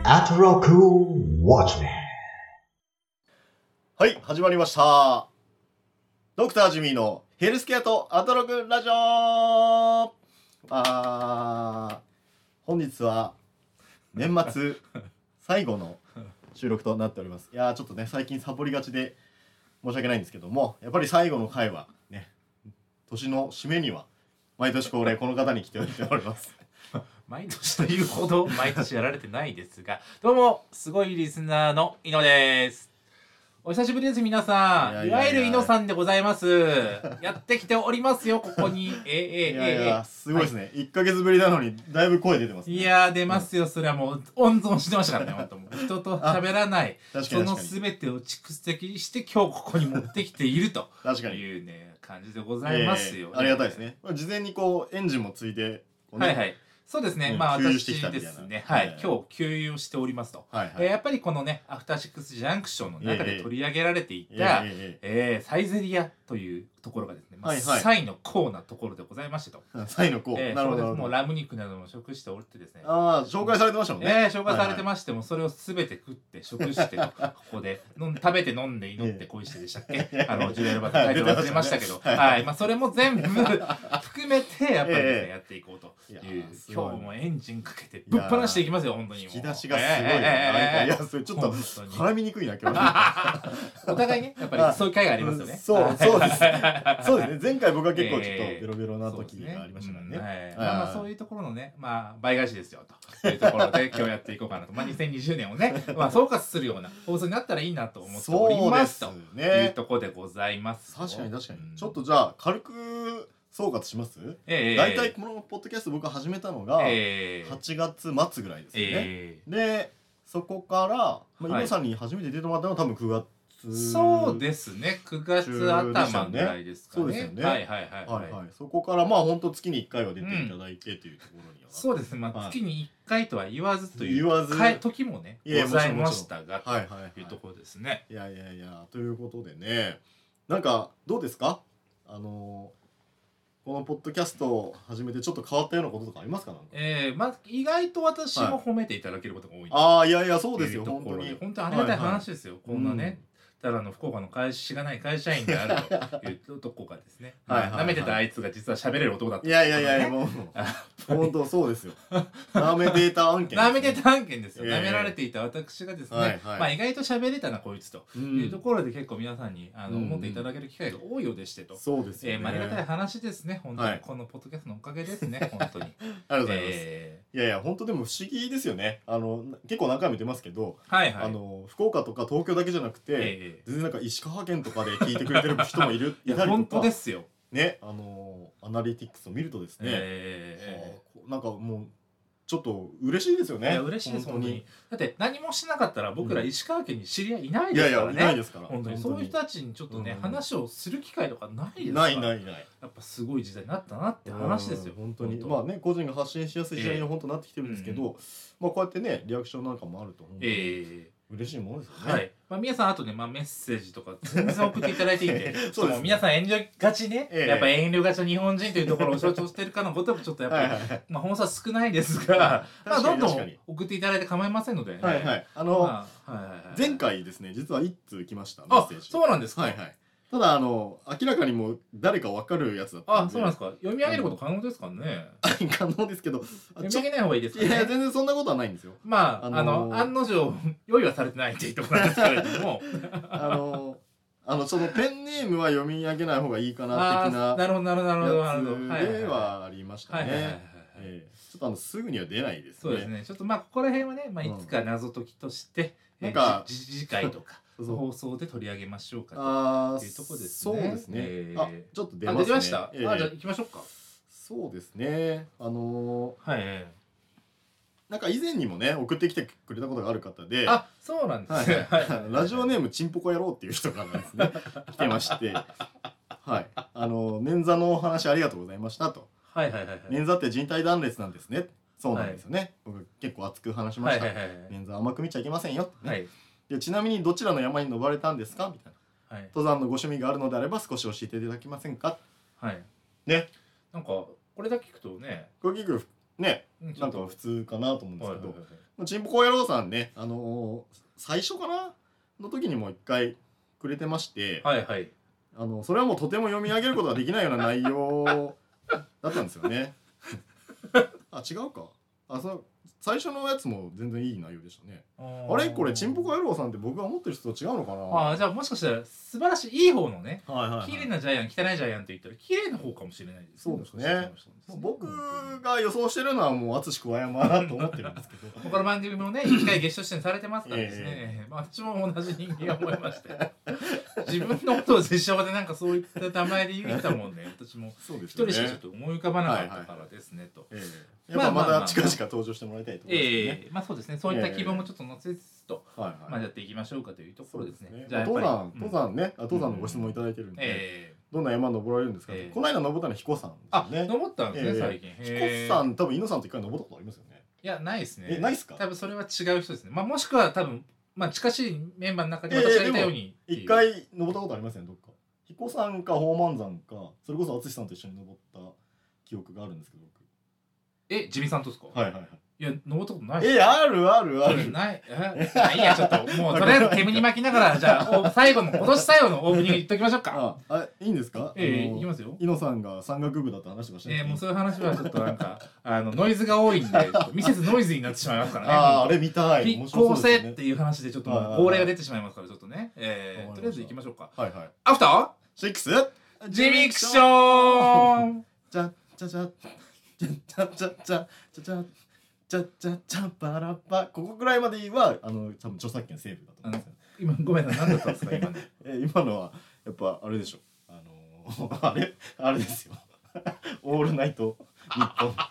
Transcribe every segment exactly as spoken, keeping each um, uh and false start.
アトロックウォッチメン。 はい、始まりました。ドクタージミーのヘルスケアとアトロクラジオ。あ本日は年末最後の収録となっております。いやーちょっとね最近サボりがちで申し訳ないんですけども、やっぱり最後の回はね、年の締めには毎年恒例この方に来ております毎年というほど毎年やられてないですが、どうもすごいリスナーの井野です。お久しぶりです皆さん。 い, やい, やいやいわゆる井野さんでございます。やってきておりますよここに。えええいやいやすごいですね、はい、いっかげつぶりなのにだいぶ声出てますね。 いや出ますよ、それはもう温存してましたからね。本当もう人と喋らないその全てを蓄積して今日ここに持ってきているというね感じでございますよ、ね。 ありがたいですね。事前にこうエンジンもついて、ね、 はいはいそうですね、うん、まあ私ですね、はい、はい、今日給油をしておりますと、はいはい、えー、やっぱりこのねアフターシックスジャンクションの中で取り上げられていた、えーえー、サイゼリヤというところがですね、まあはいはい、サイのコーなところでございましてと。 サイのコー、 えー、なるほど。もうラム肉なども食しておってですね。 ああ、紹介されてましたもんね。 えー、紹介されてましても、はいはい、それをすべて食って食してここで食べて飲んで祈って恋してでしたっけ、えー、あのジュエルバタタイトル忘れましたけど、はい、はい、まあそれも全部含めてやっぱりですね、えー、やっていこうという、今日もエンジンかけてぶっ放していきますよ本当に。 引き出しがすごい、えー、いやそれちょっと絡みにくいな今日。 お互いねやっぱりそういう会がありますよね。 そうそうです。そうですね。前回僕は結構ちょっとベロベロな時がありましたからね。 まあそういうところのね、まあ倍返しですよというところで今日やっていこうかなと。まあにせんにじゅうねんをね、まあ総括するような放送になったらいいなと思っておりますというところでございます。 確かに確かに。ちょっとじゃあ軽く総括します。えー、大体このポッドキャスト僕が始めたのがはちがつまつぐらいですよね。えー、でそこから、まあ、井野さんに初めて出てもらったのは多分くがつ。 そうですねくがつ頭ぐらいですかね。 そうですよね。 はいはいはいはい、 はい、そこからまあ本当月にいっかいは出ていただいてというところには、 うん、そうですね、まあ、月にいっかいとは言わずという言わず時もねございましたがというところですね。 いやいやいやということでね、なんかどうですか、あのこのポッドキャストを始めてちょっと変わったようなこととかありますか？なんかえー、まあ意外と私も褒めていただけることが多い、はい、 ああいやいやそうですよ本当に本当にありがたい話ですよ、はいはい、こんなね、うんただの福岡の会社がない会社員であるというとこがですねなめてたあいつが実は喋れる男だった、 ね、いやいやいやもう本当そうですよなめデータ案件なめデータ案件ですよ、えー、なめられていた私がですね、はいはいまあ、意外と喋れたなこいつというところで結構皆さんにあの、うん、思っていただける機会が多いようでしてと。 そうですよね、 えーまあ、ありがたい話ですね本当に、はい、このポッドキャストのおかげですね本当にありがとうございます、えー、いやいや本当でも不思議ですよね。あの結構何回も言ってますけど、はいはい、あの福岡とか東京だけじゃなくて、えー、全然なんか石川県とかで聞いてくれてる人もいるいたりとか本当ですよね、あのアナリティクスを見るとですね、えー、なんかもうちょっと嬉しいですよね。 いや嬉しいです本当に。だって何もしなかったら僕ら石川県に知り合いいないですからね。いやいやいないですから本当にそういう人たちにちょっとね、うん、話をする機会とかないですから。 ないないない。 やっぱすごい時代になったなって話ですよ本当に。まあね個人が発信しやすい時代に本当なってきてるんですけど、えーうん、まあこうやってねリアクションなんかもあると本当に、えー嬉しいものですよね。 はい。まあ皆さんあとね、まあメッセージとか全然送っていただいていて、そうですね。皆さん遠慮がちね、ええ、やっぱ遠慮がちの日本人というところを象徴してるかのごとくちょっとやっぱりはい、はい、まあ本数は少ないですが、まあどんどん送っていただいて構いませんので、ね、 はいはい。あの、まあ、はいはいはい、前回ですね、実はいっつう来ましたメッセージ。 あ、そうなんですか。 はいはい。ただあの明らかにもう誰か分かるやつだったんで。 あ、そうなんですか。読み上げること可能ですかね。 可能ですけど読み上げない方がいいですかね。 いや全然そんなことはないんですよ。 まあ、あのー、あの案の定用意はされてないっていうところなんですけれどもあのー、あのそのペンネームは読み上げない方がいいかな的ななるほどなるほどなるほどなるほどではありましたね。ちょっとあのすぐには出ないですね。 そうですね。ちょっとまあここら辺はね、まあ、いつか謎解きとして、うん、なんか次回とか放送で取り上げましょうかというところですね。 そうですね。えー、あちょっと出ますね。 あ出ました。えー、あじゃあ行きましょうか。 そうですね。あのー、はい。 なんか以前にもね送ってきてくれたことがある方で、 あそうなんですね。 はいはい、ラジオネームちんぽこ野郎っていう人からですね来てまして、はい、あの捻挫のお話ありがとうございましたと。 はいはいはいはい。 捻挫って靭帯断裂なんですね。そうなんですよね。はい、僕結構熱く話しました。 はいはいはいはい、 捻挫甘く見ちゃいけませんよ、ね。はい。でちなみにどちらの山に登られたんですかみたいな、はい、登山のご趣味があるのであれば少し教えていただけませんか。 はいね、 なんかこれだけ聞くとねこれ聞くねなんか普通かなと思うんですけど、 ちんぽこ野郎さんね、あのー、最初かなの時にも一回くれてまして、 はいはい。 あのそれはもうとても読み上げることができないような内容だったんですよね。あ、違うか。あ、その最初のやつも全然いい内容でしたね。あれこれちんぽこ野郎さんって僕が思ってる人と違うのかな。 あ、じゃあもしかしたら素晴らしいいい方のね、 はいはいはい、 綺麗なジャイアン、汚いジャイアンって言ったら綺麗な方かもしれないですそうですね。 ね。 僕が予想してるのはもう淳桑山だと思ってるんですけど他の番組もね、一回ゲスト出演されてますからですね、えー、まあ私も同じ人間思いまして自分のことを実証でなんかそういった名前で言ったもんね、私も一人しかちょっと思い浮かばなかったからですねと。 やっぱまだ近々登場してもらいたいと思いますね。 ええ、まあそうですね、そういった希望もちょっと乗せつつと、 はいはい、 まあやっていきましょうかというところですね。 そうですね。 じゃあ登山、登山ね、登山のご質問いただいてるんで、 えどんな山登られるんですか、 えー、 この間登ったのは彦山ですあ、 ね。 登ったんですね、 えー、 最近。 彦山、多分井野さんと一回登ったことありますよね。 いや、ないですね。 え、ないっすか。 多分それは違う人ですね。まあもしくは多分、まあ近しいメンバーの中で私がいたように。 一回登ったことありますよね、どっか。彦山か宝満山か、それこそ淳さんと一緒に登った記憶があるんですけど、僕。 え、地味さんとですか。 はいはいはい。 いや、登ったことない。 え、あるあるある。 ない。え、いいや、ちょっと、もう、とりあえず煙に巻きながら、じゃあ、最後の、今年最後のオープニング言っときましょうか。 あ、あ、いいんですか。 ええ、いきますよ。 井野さんが山岳部だって話とかして。 ええ、もうそういう話はちょっとなんか、あの、ノイズが多いんで、ミセスノイズになってしまいますからね。 あ、あれ見たい。 非公正っていう話で、ちょっと号令が出てしまいますから、ちょっとね。ええ、とりあえず行きましょうか。 はいはい。 アフターシックスジミクション。 じゃじゃじゃじゃじゃじゃじゃじゃじゃじゃじゃバラバ、ここぐらいまではあの多分著作権セーフだと思います。 今ごめんなさい、何だったんですか今の。 え、今のはやっぱあれでしょ。あのー、あれあれですよ。オールナイト日本。わ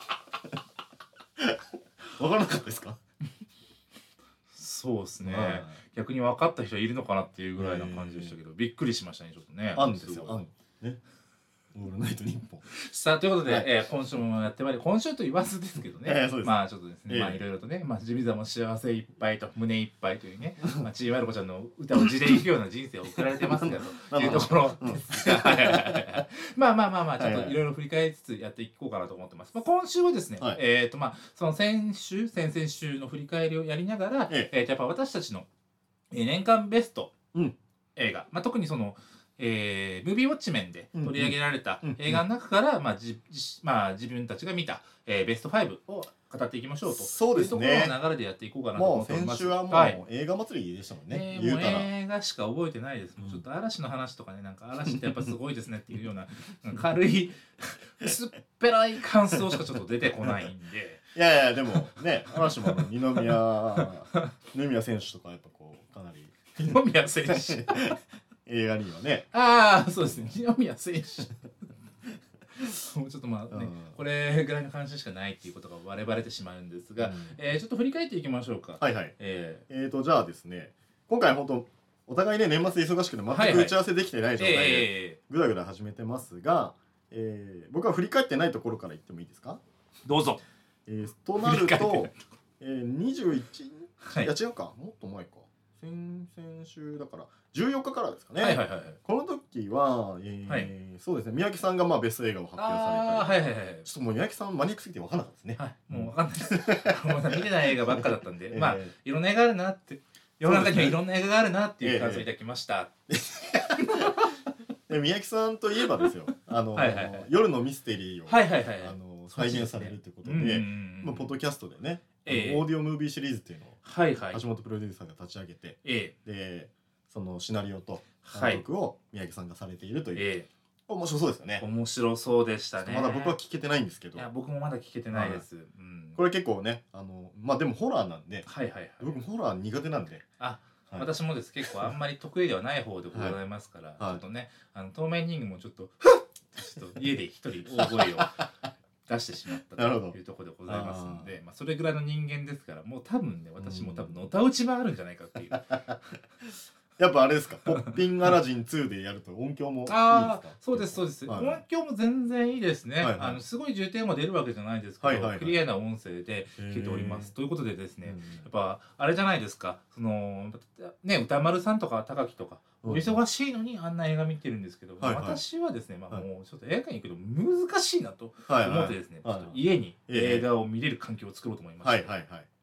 からなかったですか。 そうですね、はい、逆に分かった人いるのかなっていうぐらいな感じでしたけど、えー、びっくりしましたね、ちょっとね。 あんですよ、あんね。オールナイト日本。 さあということで、 はい、 えー、今週もやってまいり、今週と言わずですけどね、 えー、そうですまあちょっとですね、 えー、 まあいろいろとね、まあ地味座も幸せいっぱいと胸いっぱいというね、まあちいまる子ちゃんの歌を地でいくような人生を送られてますけどというところですが、まあまあまあまあちょっといろいろ振り返りつつやっていこうかなと思ってます。まあ今週はですね、はい、えっ、ー、とまあその先週先々週の振り返りをやりながら、えー、えー、やっぱ私たちの年間ベスト映画、うん、まあ特にそのえー、ムービーウォッチメンで取り上げられた映画の中から、まあじじまあ、自分たちが見た、えー、ベストファイブを語っていきましょうと。 そうですね。 いうところの流れでやっていこうかなと思っております。 もう先週はもう、はい、映画祭りでしたもんね。 えー、もう映画しか覚えてないです。もうちょっと嵐の話とかね、なんか嵐ってやっぱすごいですねっていうような軽い薄っぺらい感想しかちょっと出てこないんで。 いやいやでもね、嵐も二宮二宮選手とかやっぱこうかなり二宮選手。 映画にはね、 ああそうですね、二宮選手もうちょっとまあね、うん、これぐらいの関心しかないっていうことがバレバレてしまうんですが、うん、えー、ちょっと振り返っていきましょうか。 はいはい。えー、えーとじゃあですね、今回本当お互いね年末忙しくて全く打ち合わせできてない状態でぐだぐだ始めてますが、えー、僕は振り返ってないところから言ってもいいですか。 どうぞ。 えー、となると、えー、にじゅういちにち、はい、いや違うか、もっと前か、先々週だからじゅうよっかからですかね。 はいはいはい、この時は、えーはい、そうですね、三宅さんがまあベスト映画を発表されたり、 あ、はいはいはい、 ちょっともう三宅さんマニアックすぎて分からなかったですね。 はい、もう分かんないですもう見てない映画ばっかだったんで、えー、まあいろんな映画あるなって、世の中にはいろんな映画があるなっていう感想をいただきました、えー、三宅さんといえばですよ、あの、はいはいはい、夜のミステリーを、 はいはいはい、 あの再現されるということで、まあ、ポッドキャストでね、えー、オーディオムービーシリーズっていうのを、はいはい、橋本プロデューサーが立ち上げて、えー、でそのシナリオと監督を三宅さんがされているという、えー、面白そうですよね。 面白そうでしたね。 まだ僕は聞けてないんですけど。 いや僕もまだ聞けてないです、はい、 うん、これ結構ね、あのまあでもホラーなんで、 はいはいはい、 僕ホラー苦手なんで、 あ、はい、私もです結構あんまり得意ではない方でございますから、はい、ちょっとね、あの透明人間もちょっとちょっと家で一人大声を出してしまったというところでございますので、まあそれぐらいの人間ですから、もう多分ね私も多分のたうち回るんじゃないかっていう。 やっぱあれですか、ポッピンアラジンツーでやると音響もいいですか。 ああ、そうですそうです、はい、音響も全然いいですね、はいはい、あのすごい重点は出るわけじゃないですけど、はいはいはい、クリアな音声で聞いておりますということでですね、やっぱあれじゃないですか、そのね歌丸さんとか高木とかお忙しいのにあんな映画見てるんですけど、はいはい、私はですね、まあ、もうちょっと映画に行くの難しいなと思ってですね、はいはい、ちょっと家に映画を見れる環境を作ろうと思いました、はいはいはい、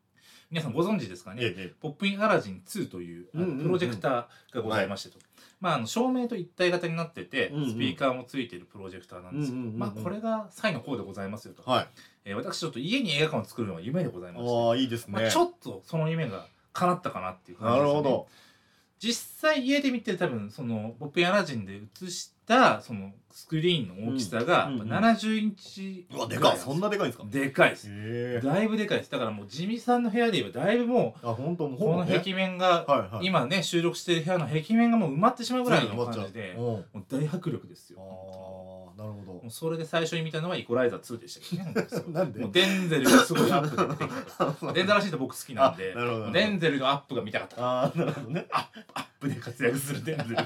皆さんご存知ですかね、 ええ、 ポップインアラジンツーというあのうんうんうんプロジェクターがございましてと、まあ、あの照明と一体型になってて、 うんうんスピーカーもついているプロジェクターなんですよ、 うんうんうんうん、 まあ、これがサイの方でございますよと、 はい、 えー、私ちょっと家に映画館を作るのが夢でございまして、 ああいいですね、 まあ、ちょっとその夢が叶ったかなっていう感じですよね。 なるほど。 実際家で見て多分そのポップインアラジンで映したそのスクリーンの大きさがうんうんうんななじゅうインチうわでかい、そんなでかいんですか。 でかいです、 へえ、 だいぶでかいです。だからもう地味さんの部屋で言えばだいぶもうあ本当もうこの壁面が、 はいはい、 今ね収録してる部屋の壁面がもう埋まってしまうぐらいの感じで、 うん、 もう大迫力ですよ。 ああなるほど。 もうそれで最初に見たのはイコライザーツーでしたけどね。本当にすごいなんでもうデンゼルがすごいアップで出てきたと。デンゼルらしいと僕好きなんで、 なるほどなるほど、 デンゼルのアップが見たかった。 ああなるほどね。 アップで活躍するデンゼルが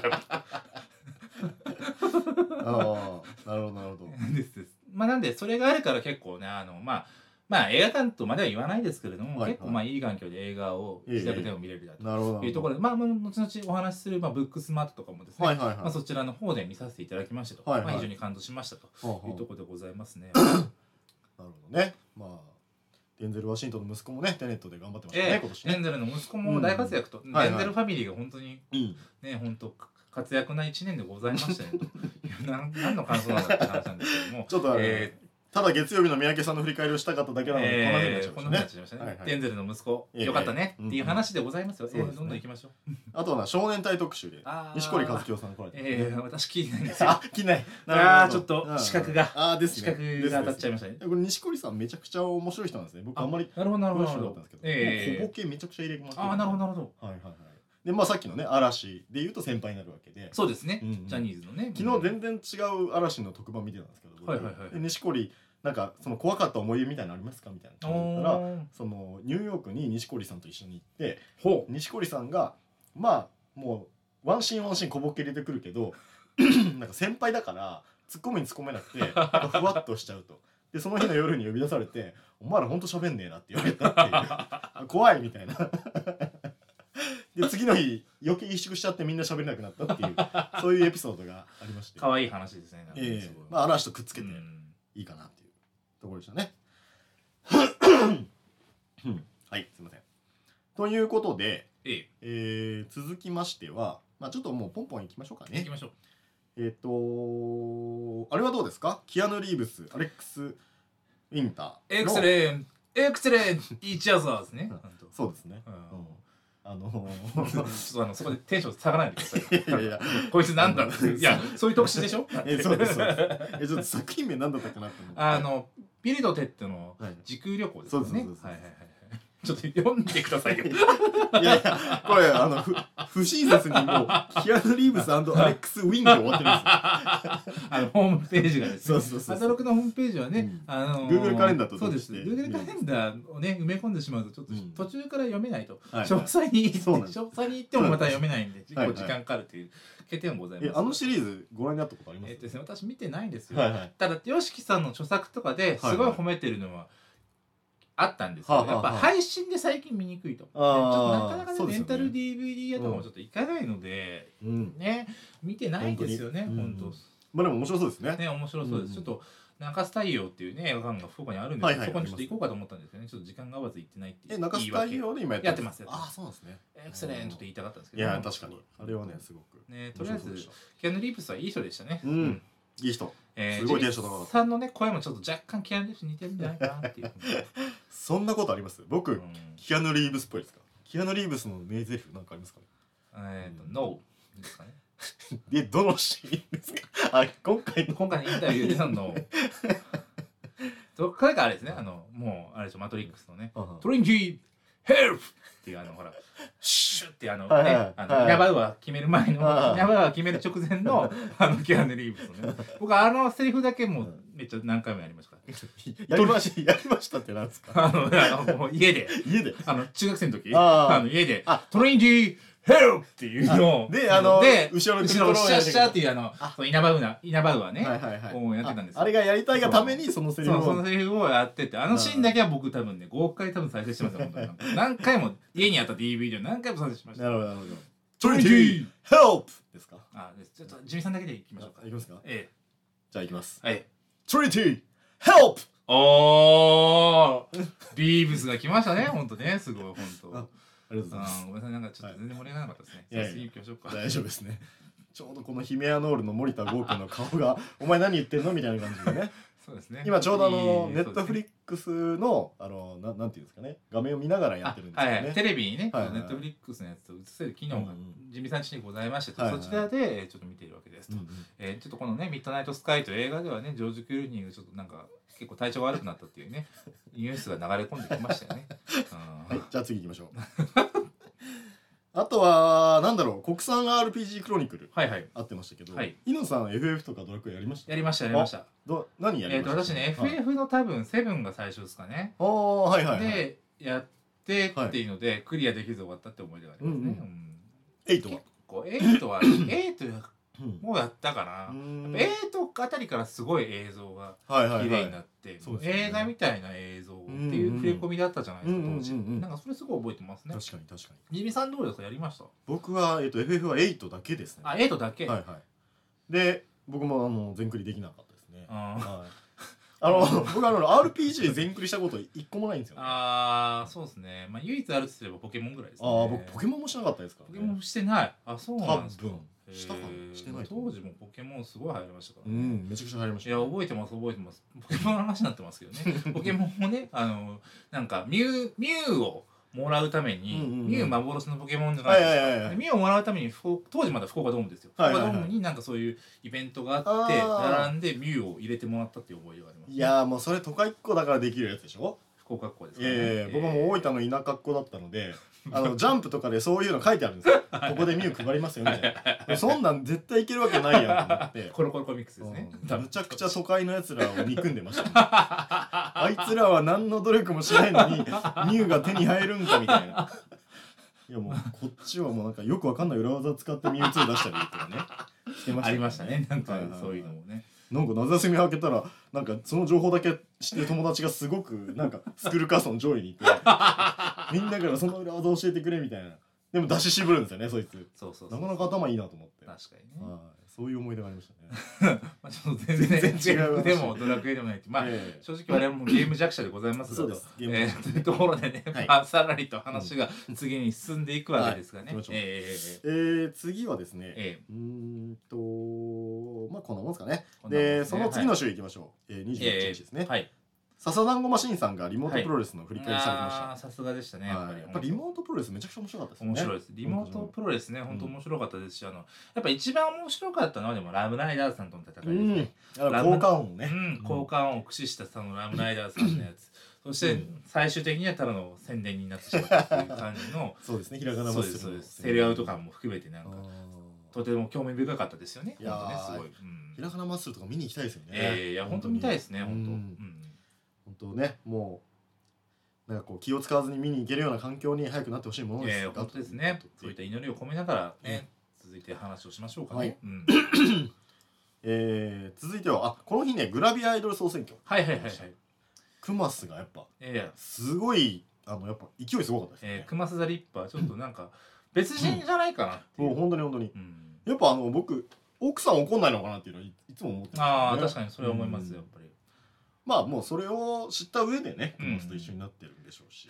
ああなるほどなるほど。 ですです。まあなんでそれがあるから結構ねあのまあまあ映画館とまでは言わないですけれども、 はいはい、 結構まあいい環境で映画を自宅でも見れるだとなるほどいうところで、まあ後々お話しするまあブックスマートとかもですね、 はいはいはい、 まあそちらの方で見させていただきましたと、 はいはい、 まあ非常に感動しましたとはいうところでございますね。 なるほどね。まあデンゼル・ワシントンの息子もねテネットで頑張ってましたね、 えー、 今年ね。 デンゼルの息子も大活躍と、 うんはいはい、 デンゼルファミリーが本当にうんね本当活躍な一年でございましたねというな何の感想なんだって話なんですけどもちょっとあれ、 えーただ月曜日の三宅さんの振り返りをしたかっただけなので、 えー、ここんなんな風になっちゃいましたね、 はいはい、 デンゼルの息子、 えー、 よかったね、 うん、 っていう話でございますよ、 うん、 えー、どんどん行きましょう。 あとはな少年隊特集で錦織一清さん来られて、 えー、私聞いてないんですよ。 あ聞いてない。 あーちょっと資格が、 あーですね、 資格が当たっちゃいましたね。 これ錦織さんめちゃくちゃ面白い人なんですね。僕あんまりなるほどなるほど詳しくなかったんですけど、 えー、 小ボケめちゃくちゃ入れまくってる。 ああなるほどなるほど。 はいはいはい。でまあさっきのね嵐でいうと先輩になるわけで、 そうですね、 うんうん、 ジャニーズのね。 昨日全然違う嵐の特番見てたんですけど、 はいはいはい、 で錦織なんかその怖かった思い出みたいなのありますかみたいな感じだったら、そのニューヨークに錦織さんと一緒に行って、錦織さんがまあもうワンシーンワンシーン小ボケ入れてくるけどなんか先輩だからツッコミに突っ込めなくてなんかふわっとしちゃうと。でその日の夜に呼び出されて「お前らほんと喋んねえな」って言われたっていう怖いみたいなで次の日余計萎縮しちゃってみんな喋れなくなったっていうそういうエピソードがありまして、 可愛い話ですね。 えー、まあ嵐とくっつけていいかなっていうところでしたねはいすいません。ということで、 えええー、続きましては、まあ、ちょっともうポンポンいきましょうかね。 いきましょう。 えっ、ー、とあれはどうですか？キアヌ・リーブス、アレックス・ウィンター。 エクセレンエクセレンイーチアザーですね。 そうですね。 うん、 あのー、ちょっとあのそこでテンション下がらないでください。 いやいやこいつなんだっていやそういう特集でしょ。 えそうですそうです。えちょっと作品名なんだったかなって思って。 あのビルド・テッドの時空旅行ですね。 そうですそうです。 はいはいはい。ちょっと読んでくださいよ。いやいやこれあの不不親切にもうキアヌ・リーブス&アレックス・ウィンで終わってるんですよ。 あのホームページがですね。 そうそうそう。 アトロクのホームページはね、うん、あのー、 Google カレンダーとそうです。Google カレンダーをね埋め込んでしまうとちょっと途中から読めないと、うん、詳細に詳細に言ってもまた読めないんで結構時間かかるという欠点がございます。 えあのシリーズご覧になったことあります？ えっとですね私見てないんですよ。 はいはい、 ただYOSHIKIさんの著作とかですごい褒めてるのは。はいはいあったんですよ、やっぱ配信で最近見にくいと、ちょっとなかなかねレンタル ディーブイディー やとかもちょっといかないので、うん、ね見てないんですよね本当。 まあでも面白そうですね。 ね面白そうです。ちょっと中洲太陽っていうね映画館が福岡にあるんですけど、そこにちょっと行こうかと思ったんですけどね、ちょっと時間が合わず行ってないっていう。 え中洲太陽で今やってます。 あそうなんですね。 エクセレントって言いたかったんですけど。 いや確かにあれはねすごく。 ねとりあえずキアヌ・リーブスはいい人でしたね。 うんいい人。 えー、 すごいテンション高かった。 さんのね声もちょっと若干キアヌ・リーブスに似てるんじゃないかなっていう。 そんなことあります？僕、うん、キアヌ・リーブスっぽいですか？キアヌ・リーブスの名台詞なんかありますかね？ えっと、ノーですかね。 で、どのシーンですか？あ、今回の今回のインタビューでのとこれがあれですね、あのもうあれでしょマトリックスのね、トリンキーヘルプっていうあのほらシュッってあのね、あのイナバウアー決める前のイナバウアー決める直前のあのキアヌ・リーブスのね、僕あのセリフだけもうめっちゃ何回もやりましたから。 やりましたやりましたってなんですか？ あのあのもう家で家であの中学生の時ああの家でトリンキーヘルプっていうのをであので後ろの後ろをシャッシャっていうあのイナバウアーイナバウアーねをやってたんですよ。 あれがやりたいがためにそのセリフをそのセリフをやってて、あのシーンだけは僕多分ねごかい多分再生してますよ。何回も家にあった ディーブイディー を何回も再生しました。 なるほどなるほど。トリンキーヘルプですか？ あちょっとジミさんだけでいきましょうか。 いきますか？ ええじゃあいきます。 はい。 トリンキーヘルプおービーブスが来ましたねほんとねすごいほんと。 あありがとうございますごめんなさいなんかちょっと全然盛り上がらなかったですね。 はいじゃあ次行きましょうか。 大丈夫ですねちょうどこのヒメアノールの森田剛君の顔がお前何言ってんのみたいな感じでねそうですね。 今ちょうどあのいいネットフリックスのあのななんていうんですかね画面を見ながらやってるんですよね。 はいはい、テレビにね、 はいはいネットフリックスのやつと映せる機能がうん地味さんちにございまして、 はいはいそちらでちょっと見ているわけですと、 うんうんえーちょっとこのね「ミッドナイトスカイ」という映画ではねジョージ・クルーニーがちょっとなんか結構体調が悪くなったっていうねニュースが流れ込んできましたよね。 はい、じゃあ次行きましょうあとはなんだろう国産 アールピージー クロニクルはいはいあってましたけど、 はい猪野さん エフエフ とかドラクエやりましたやりましたやりました。 ど何やりえー、 ましたと私ね、 はいエフエフ の多分セブンが最初ですかね。 ああはいはいはいでやってっていうので、クリアできず終わったって思い出がありますね。 うんうんうんエイトは結構エイトはエイトうんもうやったかな。 うんエイトあたりからすごい映像がはいはいはい綺麗になって、 そうですね映画みたいな映像っていう触れ込みだったじゃないですか当時、 うんうんうんうんなんかそれすごい覚えてますね。 確かに確かにジミさんどうですか、やりました？ 僕は、えっと、エフエフ はエイトだけですねあ、エイトだけ。 はいはいで僕もあの全クリできなかったですねあーはいあの僕あの アールピージー 全クリしたこと一個もないんですよねあーそうですね。まあ唯一あるとすればポケモンぐらいですね。 ああ僕ポケモンもしなかったですからねポケモンしてない。あ、そうなんですか。 多分したかなへーしてないと思う当時もポケモンすごい流行りましたからね。 うんめちゃくちゃ入りましいやたね覚えてます覚えてます。ポケモンの話になってますけどね。ポケモンもね、あのなんかミュウミュウをもらうために、 うんうんうんミュウ幻のポケモンじゃないですか。 はいはいはいはいでミュウをもらうために福岡当時まだ福岡ドームですよ。福はいはいはい岡ドームになんかそういうイベントがあってあー並んでミュウを入れてもらったっていう思い出があります、 いやーもうそれ都会っ子だからできるやつでしょ福岡っ子ですからね。 ええ僕も大分の田舎っ子だったのであのジャンプとかでそういうの書いてあるんですよここでミュウ配りますよみたいなそんなん絶対いけるわけないやんと思ってコロコロコミックスですね。 うんむちゃくちゃ都会のやつらを憎んでました、ね、あいつらは何の努力もしないのにミュウが手に入るんかみたいないやもうこっちはもうなんかよくわかんない裏技使ってミュウツー出したりとかねしてましたありましたね。なんかはいはいはいそういうのもね。 なんか夏休み開けたらなんかその情報だけ知ってる友達がすごくなんかスクールカーストの上位にいてみんなからその裏技教えてくれみたいなでも出し渋るんですよねそいつそうそうそう。 なかなか頭いいなと思って確かにね。 はいそういう思い出がありましたねまあちょっと全然全然違う話でもドラクエでもないってまあ、 ええ正直我々もゲーム弱者でございますそうですゲームえ弱者ーというところでね、 はいまあ、さらりと話が次に進んでいくわけですがね、 はい行きましょうええー、次はですね、 ええうーんとまあこんなもんですかねこんなもんでですそねの次の週いきましょう、えー、にじゅういちにちですね、 はい、 笹団子マシンさんがリモートプロレスの振り返りされてました、 あーさすがでしたねやっぱり、 はいやっぱリモートプロレスめちゃくちゃ面白かったですね面白いですリモートプロレスね本当面白かったですし、あのやっぱ一番面白かったのはでもラブライダーズさんとの戦いですね、 うん、だから効果音ね、 うん、交換音を駆使したそのラムライダーさんのやつそして最終的にはただの宣伝になってしまったっていう感じのそうですねひらがなそうマッスルのですそうですセリアウト感も含めてなんかあとても興味深かったですよねいやー本当ねすごい、うんーひらがなマッスルとか見に行きたいですよねえー、いや本当見たいですね本当、 うんうん本当ねもうなんかこう気を使わずに見に行けるような環境に早くなってほしいものですえー、本当ですねそういった祈りを込めながらね、続いて話をしましょうかね、 はいうん、 えー、続いてはあこの日ねグラビアアイドル総選挙はいはいはいはいクマスがやっぱえーすごいあのやっぱ勢いすごかったですね、 えー、クマス・ザ・リッパーちょっとなんか別人じゃないかなっていう、 もう本当に本当にうんやっぱあの僕奥さん怒んないのかなっていうのはいいつも思ってああんですよね確かにそれは思いますよやっぱり、 まあもうそれを知った上でねうんクマスと一緒になってるんでしょうし、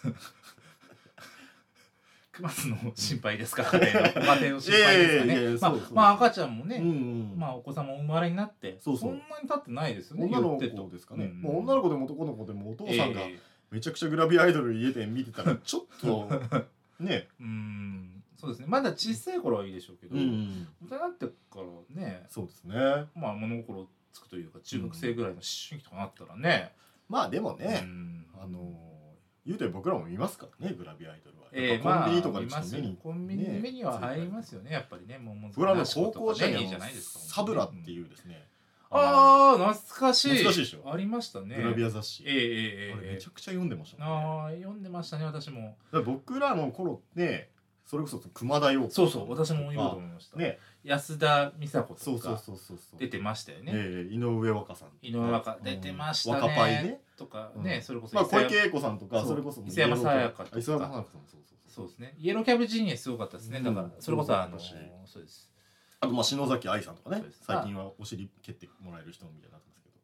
クマスの心配ですからねご家庭の心配ですかいやいやいやねまあそうそうまあ赤ちゃんもね、 うんうんまあお子様お生まれになってそうそうんなに経ってないですよね女の言ってと子ですかね、 うんもう女の子でも男の子でもお父さんがえめちゃくちゃグラビアアイドル家で見てたらちょっとねえうんそうですねまだ小さい頃はいいでしょうけど、 うん大人になってからねそうですねまあ物心つくというか中学生ぐらいの思春期とかなったらね、 まあでもうね、 んあの言うて僕らも見ますからねグラビアアイドルは、 ええやっぱコンビニとかまあ見ますよでちょっと目に、 コンビニ目には入りますよねやっぱりねもうもう僕らの高校時代にいいじゃあのないですかサブラっていうですね、 ああ懐かしい懐かしいでしょありましたねグラビア雑誌、 ええええええあれめちゃくちゃ読んでましたねああ読んでましたね私もだから僕らの頃ってそれこそ熊田曜子そうそう私も言おうと思いました、 ね安田美沙子とそうそうかそうそうそう出てましたよね、 ええ井上和歌さん井上和歌出てましたね若パイねとかね、 うんそれこそまあ小伊勢池栄子さんとかそうそれこそ伊勢山さやかとか伊勢山さやかさんもそうそうそうそうですねイエローキャブジーニアすごかったですね、 うんだからそれこそあのそうだったしそうですあとまあ篠崎愛さんとかねそうです最近はお尻蹴ってもらえる人みたいになってますけど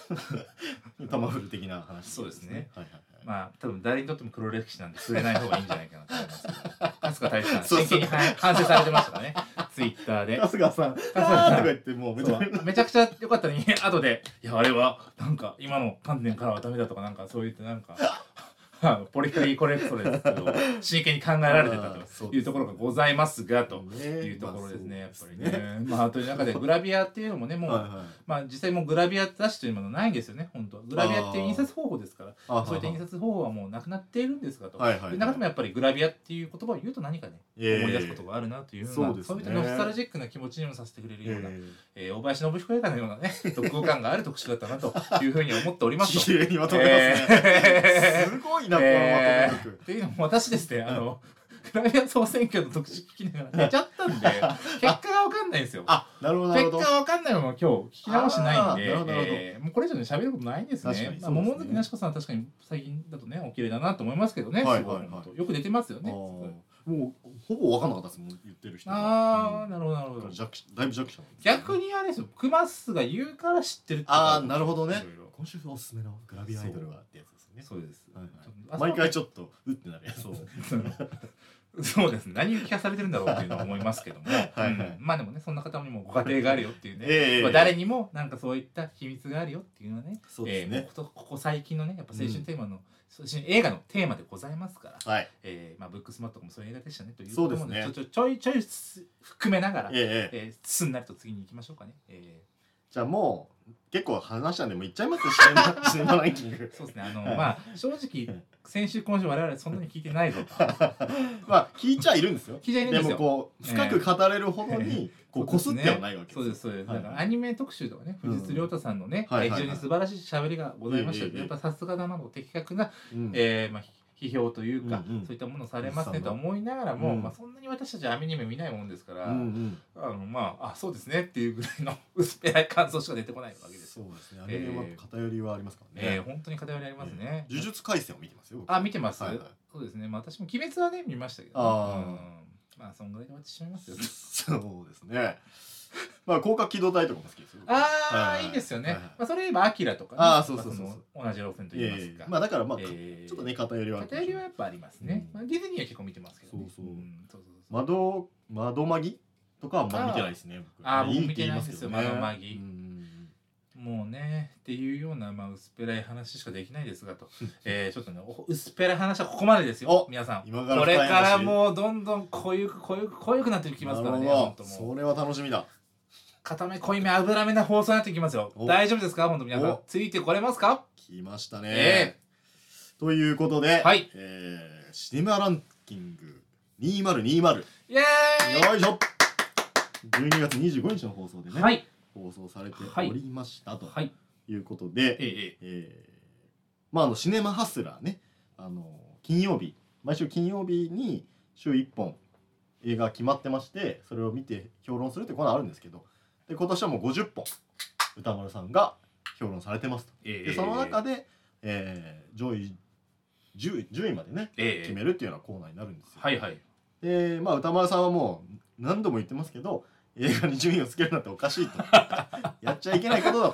タマフル的な話、 そうですね。 はいはいはい。 まあ多分誰にとっても黒歴史なんで触れない方がいいんじゃないかなと思いますけど、春日大志さんそうそう真剣には反省されてましたからね、ツイッターで。 春日さん、あーとか言ってもうめちゃめちゃめちゃくちゃ良かったのに後で「いやあれはなんか今の観点からはダメだ」とかなんかそう言ってなんかポリティコレクトですけど真剣に考えられてたというところがございますがというところですね、やっぱりね。まあという中でグラビアっていうのもねもう、 はいはい、 まあ実際もうグラビア雑誌というものないんですよね本当は。グラビアっていう印刷方法ですから、そういった印刷方法はもうなくなっているんですがと。 はいはいはい、 で中でもやっぱりグラビアっていう言葉を言うと何かね、 えー、 思い出すことがあるなというような、 そうですね、 そういったノスタルジックな気持ちにもさせてくれるような、えーえー、大林信彦映画のようなね読後感がある特集だったなというふうに思っておりますと。 綺麗にまとめますね、えー、すごいなこのまとめ力、えー、 っていうのも私ですねあのグラビア総選挙の特集聞きながら寝ちゃったんで結果が分かんないんですよ。 あ、なるほどなるほど。 結果が分かんないまま今日聞き直してないんで、えー、もうこれ以上に喋ることないんですね。まあ、桃月なしこさんは確かに最近だとねお綺麗だなと思いますけどね、はいはいはい、よく出てますよね。 もうほぼ分かんなかったですもん言ってる人。 ああ、うん、なるほどなるほど。 だいぶ弱者、ね、 逆にあれですよ、クマスが言うから知ってるって。 ああ、なるほどね。今週おすすめのグラビアアイドルはってやつですね。 そうです、 はいはい、毎回ちょっとうってなるやつ。そうそうですね、何を聞かされてるんだろうっていうのは思いますけどもはい、はい、うん、まあでもねそんな方にもご家庭があるよっていうね、えーまあ、誰にもなんかそういった秘密があるよっていうのはね、そうですね、えー、ここ最近のねやっぱ青春テーマの、うん、映画のテーマでございますから、はい、えーまあ、ブックスマットとかもそういう映画でしたねというところも、ね、ちょちょいちょい含めながら、えーえー、すんなりと次に行きましょうかね。えー、 じゃあもう結構話したんでもういっちゃいますシネマシネマランキング。 そうですね、あのまあ正直先週今週我々そんなに聞いてないぞとまあ聞いちゃいるんですよ。 聞いちゃいるんですよ。 でもこう深く語れるほどにこうこすってはないわけです。 そうですそうです。だからアニメ特集とかね、藤津亮太さんのね非常に素晴らしい喋りがございましたけど、やっぱさすがだなと的確なえまあ批評というか、うんうん、そういったものされますねと思いながらも、うん、まあそんなに私たちアニメ見ないもんですから、うんうん、あのまああそうですねっていうぐらいの薄っぺらい感想しか出てこないわけです。 そうですね。アニメは偏りはありますからね。 えー、本当に偏りありますね。 えー、呪術廻戦を見てますよ。 あ、見てます。はいはい、そうですね。まあ私も鬼滅はね見ましたけど、ね、あ、うん、まあそんぐらいで終わってしまいますよ。 そうですね。まあ広角機動隊とかも好きですよ。 ああ、はいはい、いいですよね。はいはい、まあそれ言えばアキラとか、ね、 ああ、そうそうそう、 まあ、同じ路線と言いますか。 えー、まあだからまあ、えー、ちょっとね偏りは偏りはやっぱありますね。うん、まあディズニーは結構見てますけど、ね。そうそう。うん、そうそうそう。 窓窓マギとかはあんま見てないですね。 ああ、僕見てないですよ。窓マギ。もうねっていうようなまあ薄っぺらい話しかできないですがと、えー、ちょっとね薄っぺらい話はここまでですよ皆さん。今からこれからもうどんどん濃ゆく濃ゆく濃ゆくなってきますからね。本当もうそれは楽しみだ。 固め濃いめ脂めな放送になってきますよ。大丈夫ですか本当皆さんついてこれますか。 来ましたね、えー、ということで、はい、えー、シネマランキングにせんにじゅうイエーイよいしょじゅうにがつにじゅうごにちの放送でね、はい、放送されておりましたということで、はい、えーえー、まああのシネマハスラーね、あの金曜日毎週金曜日に週いっぽん映画決まってまして、それを見て評論するってコーナーあるんですけど、で今年はもうごじゅっぽん歌丸さんが評論されてますと、えー、でその中で、えー、上位じゅういじゅういまでね、えー、決めるっていうようなコーナーになるんですよ。はいはい。でまあ歌丸さんはもう何度も言ってますけど、映画に順位をつけるなんておかしいとやっちゃいけないことだ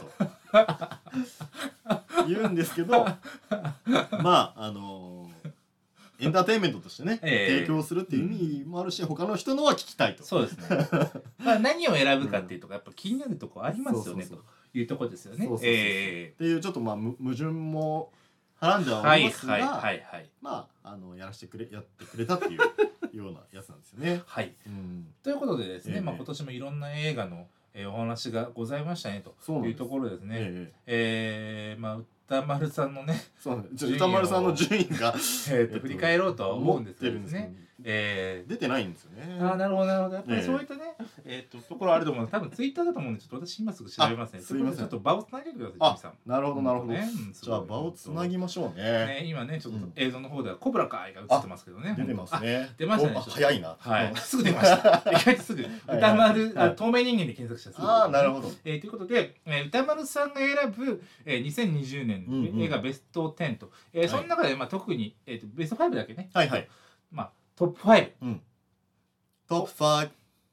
と言うんですけど、まああのー、エンターテインメントとしてね、えー、提供するっていう意味もあるし、他の人のは聞きたいと。 そうですねまあ何を選ぶかっていうとこやっぱ気になるとこありますよね、というとこですよね。っていうちょっとまあ矛盾もはらんではおりますが、はいはいはいはい、まああのやらせてくれやってくれたっていうようなやつなんですよね。はい、 うん、ということでですね、えーまあ、今年もいろんな映画の、えー、お話がございましたねというところですね。えーえーまあ歌丸さんのね、 そう歌丸さんの順位がえと振り返ろうとは思うんですけどね、 えー、出てないんですよね。 ああなるほどなるほど。やっぱりそういったね、えー、とところあると思うので、多分ツイッターだと思うんでちょっと私今すぐ調べますね。すいません。ちょっと場をつなげてください。 あ、なるほどなるほど。ね、じゃあ場をつなぎましょうね。ね今ねちょっと映像の方ではコブラカイが映ってますけどね。 出てますね。 出ましたね。 早いな。 はい。すぐ出ました。意外とすぐ歌丸あ透明人間で検索したらすぐ。 ああなるほど。 えー、ということで、えー、歌丸さんが選ぶ、えー、にせんにじゅうねんの映画ベストじゅうと、えー、その中でまあ特にえっとベストごだけね。はいはい。まあトップご。うん。 トップご。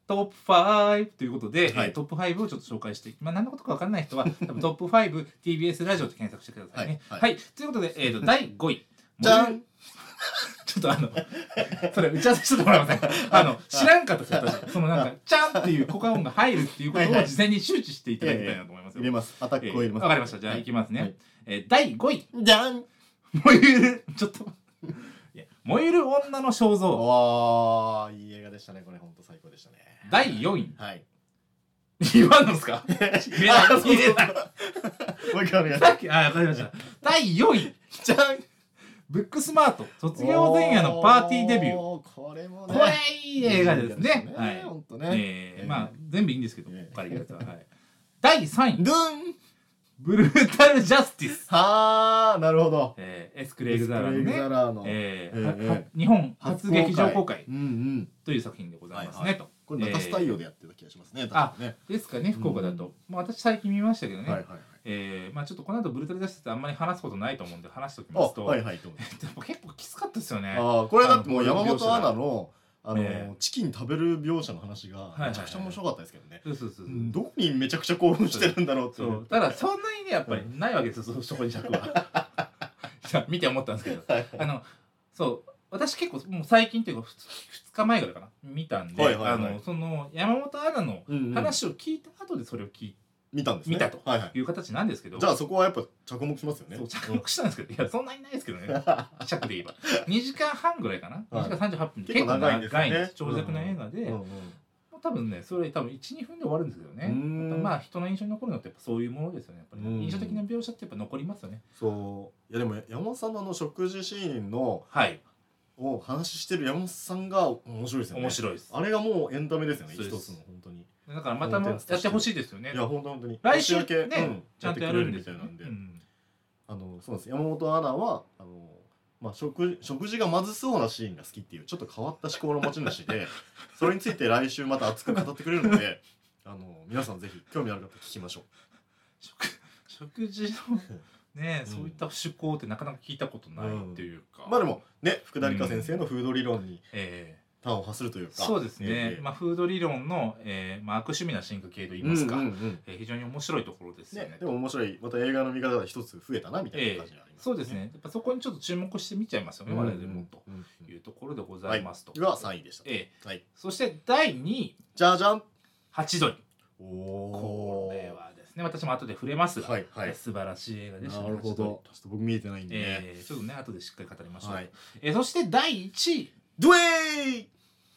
トップファイブということで、 はいえートップファイブをちょっと紹介して、まあ、何のことか分からない人は多分トップファイブ ティービーエス ラジオって検索してくださいね。は、 はいいということで、えー、とだいごいじゃんちょっとあのそれ打ち合わせしてもらえませんか。あの知らんかったです私そのなんか「ちゃん」っていう効果音が入るっていうことを事前に周知していただきたいなと思いますよ。 入れますアタックを入れます。 わかりました。じゃあはいいきますね。 はいえーだいごいじゃん燃ゆるちょっといや燃ゆる女の肖像。 わーいい映画でしたねこれ本当最高でしたね。 だいよんいはい言わんのですか。入れない入れない。 もう一回お願いしさっきあわかりました。だいよんいじゃんブックスマート卒業前夜のパーティーデビュー。 おこれもねこれいい映画ですね。 ははいい。 本当ねえーまあ全部いいんですけど、 ええ他にやつははい。だいさんいドゥンブルータルジャスティス。 はあなるほど。 えーエスクレイグザラのエスクレイグザね。 ラーのえーええはは日本初劇場公開うんうんという作品でございますはいはねと。 これ中洲太陽でやってた気がしますね確あかにね。 ですかね福岡だと。まあ私最近見ましたけどね。 はいはいはいえーまあちょっとこの後ブルータルジャスティスってあんまり話すことないと思うんで話しておきあますと、 はいはいどうもでも結構きつかったですよね。 ああこれだってもうあの山本アナのあのええチキン食べる描写の話がいはいはいめちゃくちゃ面白かったですけどね。 そうそうそうそう。 うんどこにめちゃくちゃ興奮してるんだろうっていそうただそんなにねやっぱりないわけですよそそこに尺は。いや見て思ったんですけどはいあのそう私結構もう最近っていうかふつかまえぐらいかな見たんで、 はいはいはいあのその山本アナのうんうん話を聞いた後でそれを聞い見たんですね見たとはいはいいう形なんですけど、 じゃあそこはやっぱ着目しますよね。 そう着目したんですけど、いやそんなにないですけどね尺で言えばにじかんはんぐらいかな、 はいにじかんさんじゅうはっぷん結構長いんですよね結構長いんです長尺の映画で、 うんうんもう多分ねそれ多分いちにふんで終わるんですけどね。 うーんやっぱまあ人の印象に残るのってやっぱそういうものですよね。やっぱりねうん印象的な描写ってやっぱ残りますよね。 そういやでも山本さんのあの食事シーンのはいを話してる山本さんが面白いですよね。 面白いです。 あれがもうエンタメですよねそうです一つの本当に。 だからまたもやってほしいですよね。 いや本当本当に来週年明けね、 うんちゃんとやるんですよねやってくれるみたいなんで、 うんあのそうなんです山本アナはあのまあ食食事がまずそうなシーンが好きっていうちょっと変わった思考の持ち主でそれについて来週また熱く語ってくれるのであの皆さんぜひ興味ある方聞きましょ食食事のね、 うんそういった趣向ってなかなか聞いたことないっていうか、 う。まあでもね福田理香先生のフード理論にえ端を発するというーか、 そうですね、 ええまあフード理論の、えーまあ、悪趣味な進化系といいますか、 うんうんうんえー非常に面白いところですよねね、でも面白いまた映画の見方が一つ増えたなみたいな感じがあります、 そうですねやっぱそこにちょっと注目して見ちゃいますよね、 うん我々もとうんうんいうところでございますと、 がさんいでした。 えはい。 ーそしてだいにいじゃじゃん。 ハチドリおこれはですね私も後で触れますが、 はいはい。 素晴らしい映画でしたなるほど。ちょっと僕見えてないんでね。 えーちょっとね後でしっかり語りましょう、 はい。 えーそしてだいいちいドゥエイ。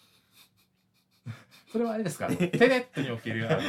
それはあれですかあのテネットにおけるあの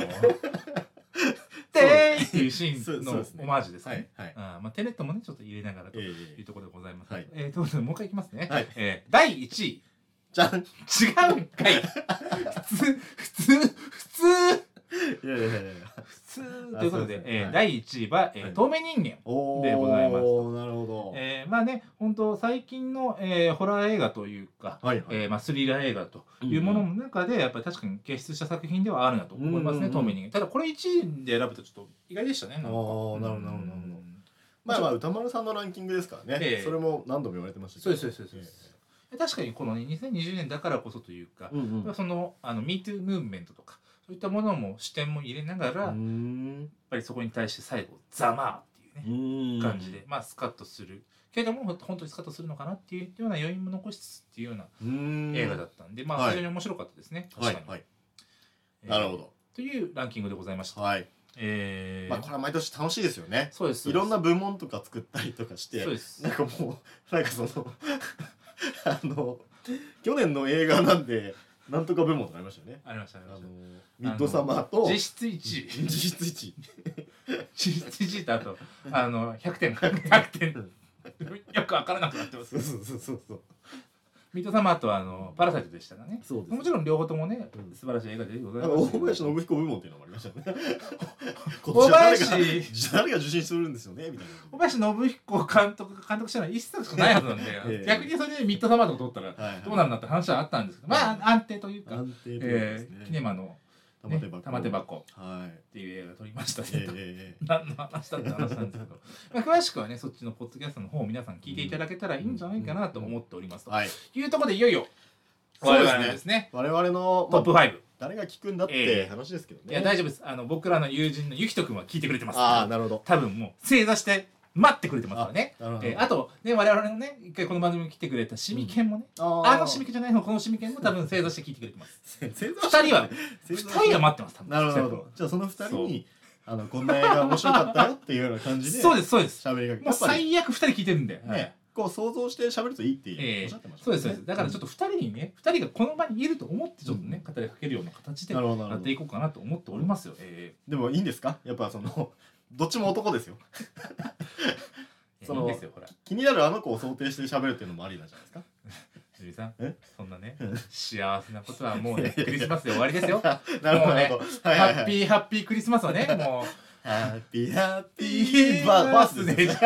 テーっていうシーンのそうそうですねオマージュですはね。 いはい。 あーまあ、テネットもねちょっと入れながらとえいえうところでございます。 はいえーということでもう一回いきますね。 はいえーだいいちいじゃん。い違うんかい普通普通普通やいやいやいや。 普通ということであそうですねはいえーだいいちいは、えーはい透明人間。 おーでございますなるほど。 えーまあね本当最近の、えーホラー映画というか、 はいはい。 えーまあ、スリラー映画というものの中でやっぱり確かに傑出した作品ではあるなと思いますね、 うん透明人間。ただこれいちいで選ぶとちょっと意外でしたねなんか。 あーなるほどなるほどなるほどまあまあ歌丸さんのランキングですからね。 ええそれも何度も言われてましたけど。 そうですそうですそうですで確かにこの、ね、にせんにじゅうねんだからこそというか、 ええうんうん。 そのあの MeToo ムーブメントとかそういったものも視点も入れながら、 うーやっんぱりそこに対して最後ざまあっていうね、 うーん感じで、まあスカッとするけれどもほ本当にスカッとするのかなっていうような余韻も残しつつっていうようなうーん映画だったんで、まあはい非常に面白かったですね、確かに、 はいはい。 えーなるほど。 というランキングでございました。 はい。 えーまあこれは毎年楽しいですよね。 そうですいろんな部門とか作ったりとかしてそうですなんかもうなんかそのあの去年の映画なんでなんとか部門とかありましたよね。 ありましたありあのましたミッドサマーと実質いちい実質いちい実質いちいとあとあのひゃくてんひゃくてんよく分からなくなってますそうそうそうそうそうミッドサマーとあのパラサイトでしたがねそうですもちろん両方ともね、 うん素晴らしい映画でございなんかます大林信彦部門っていうのもありましたよね。今大年は誰が林誰が受賞するんですよねみたいな。 小林信彦監督が監督したのは一切しかないはずなんで、 ええ逆にそれでミッドサマーとか取ったらはいはいどうなるんだって話はあったんですけど、まあ安定というか、 安定というかでえすねーキネマの、ね玉手箱玉手箱はいっていう映画を撮りましたね、 ええええ何の話だって話なんですけど、まあ、詳しくはねそっちのポッドキャストの方を皆さん聞いていただけたらいいんじゃないかなと思っておりますとはいいうところでいよいよ我そうですね 々のですね我々のトップファイブ誰が聞くんだっえてえ話ですけどね。 いや大丈夫です。あの僕らの友人のゆきとくんは聞いてくれてますああなるほど。 多分もう正座して待ってくれてますからね。 なるほどえーあとね我々のね一回この番組に来てくれたシミケンもね、 ああのシミケンじゃない方このシミケンも多分正座して聞いてくれてます二二人は二人が待ってます多分なるほど。じゃあその二人にあのこんな映画面白かったよっていうような感じでそうですそうです喋りがけもう最悪二人聞いてるんで、はいねこう想像して喋るといいってえーおっしゃってましたそうですそうですだからちょっとふたりにねふたりがこの場にいると思ってちょっとね、 うん語りかけるような形でなるほどなるほどやっていこうかなと思っておりますよ、えでもいいんですかやっぱそのどっちも男ですよー、 そのいいんですよほら気になるあの子を想定して喋るっていうのもありなんじゃないですかジュリーさんえそんなねうん幸せなことはもうねクリスマスで終わりですよなるほどもうねなるほどはいはいはいハッピーハッピークリスマスはねもうハッピーハッピーバーバースデーち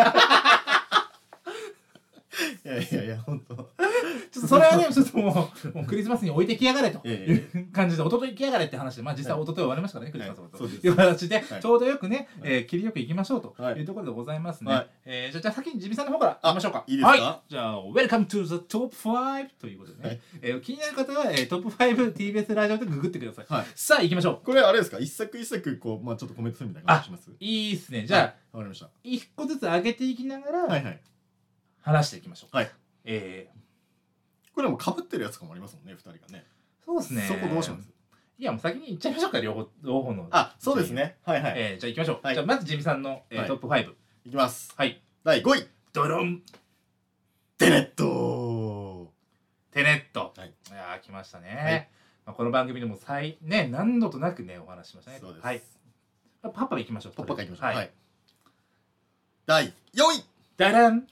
いやいやいや本当ょっとそれはねちょっともうもうクリスマスに置いてきやがれとえいう感じで一昨日行きやがれって話でまあ実際一昨日終わりましたからねクリスマスはとはいそうですいう形ではいちょうどよくねはいえー切りよく行きましょうとはいいうところでございますはいねえーじゃあじゃあ先にジビさんの方から行きましょうかいいですかはいじゃあ Welcome to the Top ファイブということでねはいえー気になる方はえートップファイブ ティービーエス ラジオでググってくださいはいさあ行きましょうこれあれですか一作一作こうまあちょっとコメントするみたいな感じしますいいっすねじゃあわかりました一個ずつ上げていきながらはいはい話していきましょうはいえーこれも被ってるやつとかもありますもんね二人がねそうですねそこどうしますいやもう先に行っちゃいましょうか両方両方のあそうですねはいはいえーじゃあ行きましょうはいじゃあまずジミさんのえーはいトップファイブいきますはいだいごいドロンテネットテネット、 はいいやー来ましたね、 はいまあ、この番組でも最ね何度となくねお話ししましたねそうですはいパパパ行きましょうパッパからいきましょうはい、 はいだいよんいダダン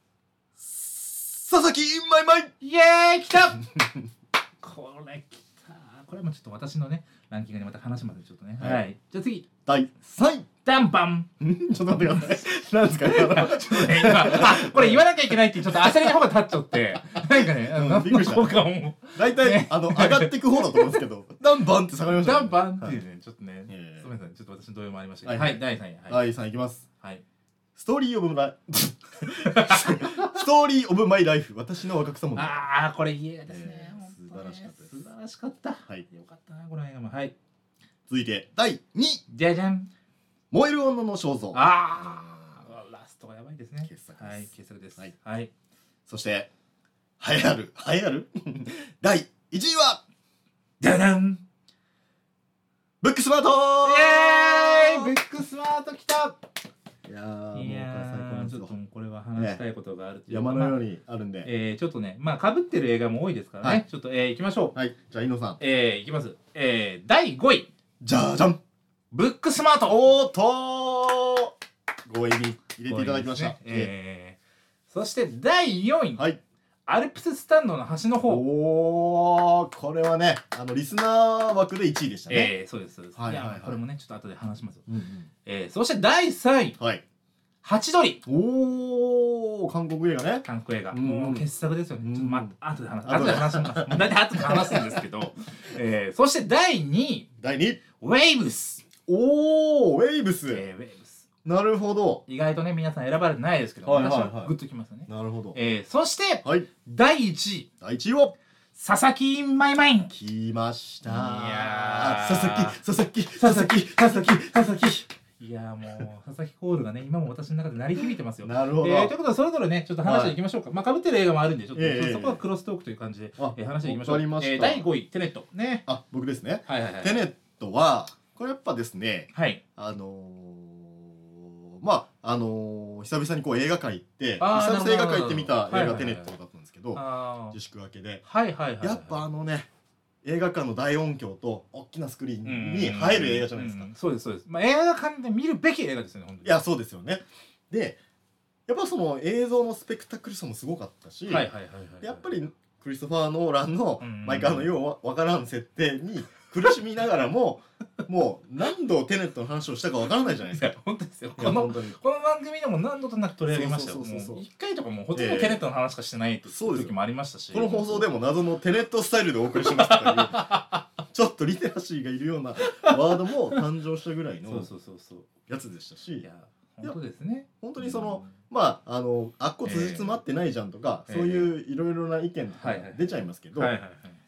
佐々木マイマイイエーイ来たこれ来たこれもちょっと私のねランキングにまた話しますちょっとねは、 はいいじゃあ次だいさんいダンパンんちょっと待ってくださいなんですか今のちょっとね今あこれ言わなきゃいけないっていうちょっと焦りの方が立っちゃってなんかねあのうんびっくりした何の効果も大体、 ねあの上がっていく方だと思うんですけどダンバンって下がりましたねダンパンっていうねちょっとねええすみませんちょっと私の動揺もありましたけどはいはいだいさんいはいだいさんいきますはいストーリーオブマイストーリーオブマイライフ私の若草物語ああこれいいですねえー本当ね素晴らしかったです素晴らしかったはいよかったなこの映画もはい続いてだいにいじゃじゃん燃える女の肖像ああラストがやばいですね傑作ですはい傑作ですはいはいそして栄えある栄えあるだいいちいはじゃじゃんブックスマートイエーイブックスマート来たいやーもうこれいや最高なんですよーちょっともうこれは話したいことがあるという山のようににあるんでえーちょっとねまあかぶってる映画も多いですからはいねちょっとえー行きましょうはいじゃあ猪野さんえー行きますえーだいごいじゃじゃんブックスマートおーっとーごいに入れていただきましたこれですねえーそしてだいよんいはいアルプススタンドの端の方おーこれはねあのリスナー枠でいちいでしたねえーそうですそうですはいはいはいいやこれもねちょっと後で話しますようんうんえーそしてだいさんいはいハチドリおー韓国映画ね韓国映画うんうんもう傑作ですよねちょっとまうん後で話す後で後で話しますもう大体後で話すんですけどえーそしてだいにいだいにいウェイブスおーウェイブス、 えーウェイブスなるほど意外とね皆さん選ばれてないですけどはいはいはい私はグッときますよねなるほどえーそしてはいだいいちいだいいちいを佐々木マイマイン来ましたいやー佐々木佐々木佐々木佐々木佐々木いやーもう佐々木コールがね今も私の中で鳴り響いてますよなるほど、 えーということでそれぞれねちょっと話していきましょうか、まあかぶってる映画もあるんでちょっと、 ええそこはクロストークという感じで、 あえー話していきましょうわかりましたえーだいごいテネットねあ僕ですねはいはいはいテネットはこれやっぱですねはいあのー、まああのー、久々にこう映画館行ってあー久々映画館行って見たなるほど映画テネットだったんですけどあー自粛明けではいはいはいはいやっぱあのね映画館の大音響と大きなスクリーンに入る映画じゃないですかうんそうですそうですまあ映画館で見るべき映画ですよね本当にいやそうですよねでやっぱその映像のスペクタクルさもすごかったし、 はいはいはいはいでやっぱりクリストファー・ノーランのうん毎回のようわからん設定に苦しみながらももう何度テネットの話をしたかわからないじゃないですかいや本当ですよいこのや本当にこの番組でも何度となく取り上げましたよそうそうそうそうもういっかいとかもうほとんどテネットの話しかしてないそうですよ時もありましたしこの放送でも謎のテネットスタイルでお送りしますとかいうちょっとリテラシーがいるようなワードも誕生したぐらいのそうそうそうそうやつでしたしいや本当ですね本当にそのまああのあっこ辻褄合ってないじゃんとか、 えーそういういろいろな意見とかはいはい出ちゃいますけど、 はいはいはい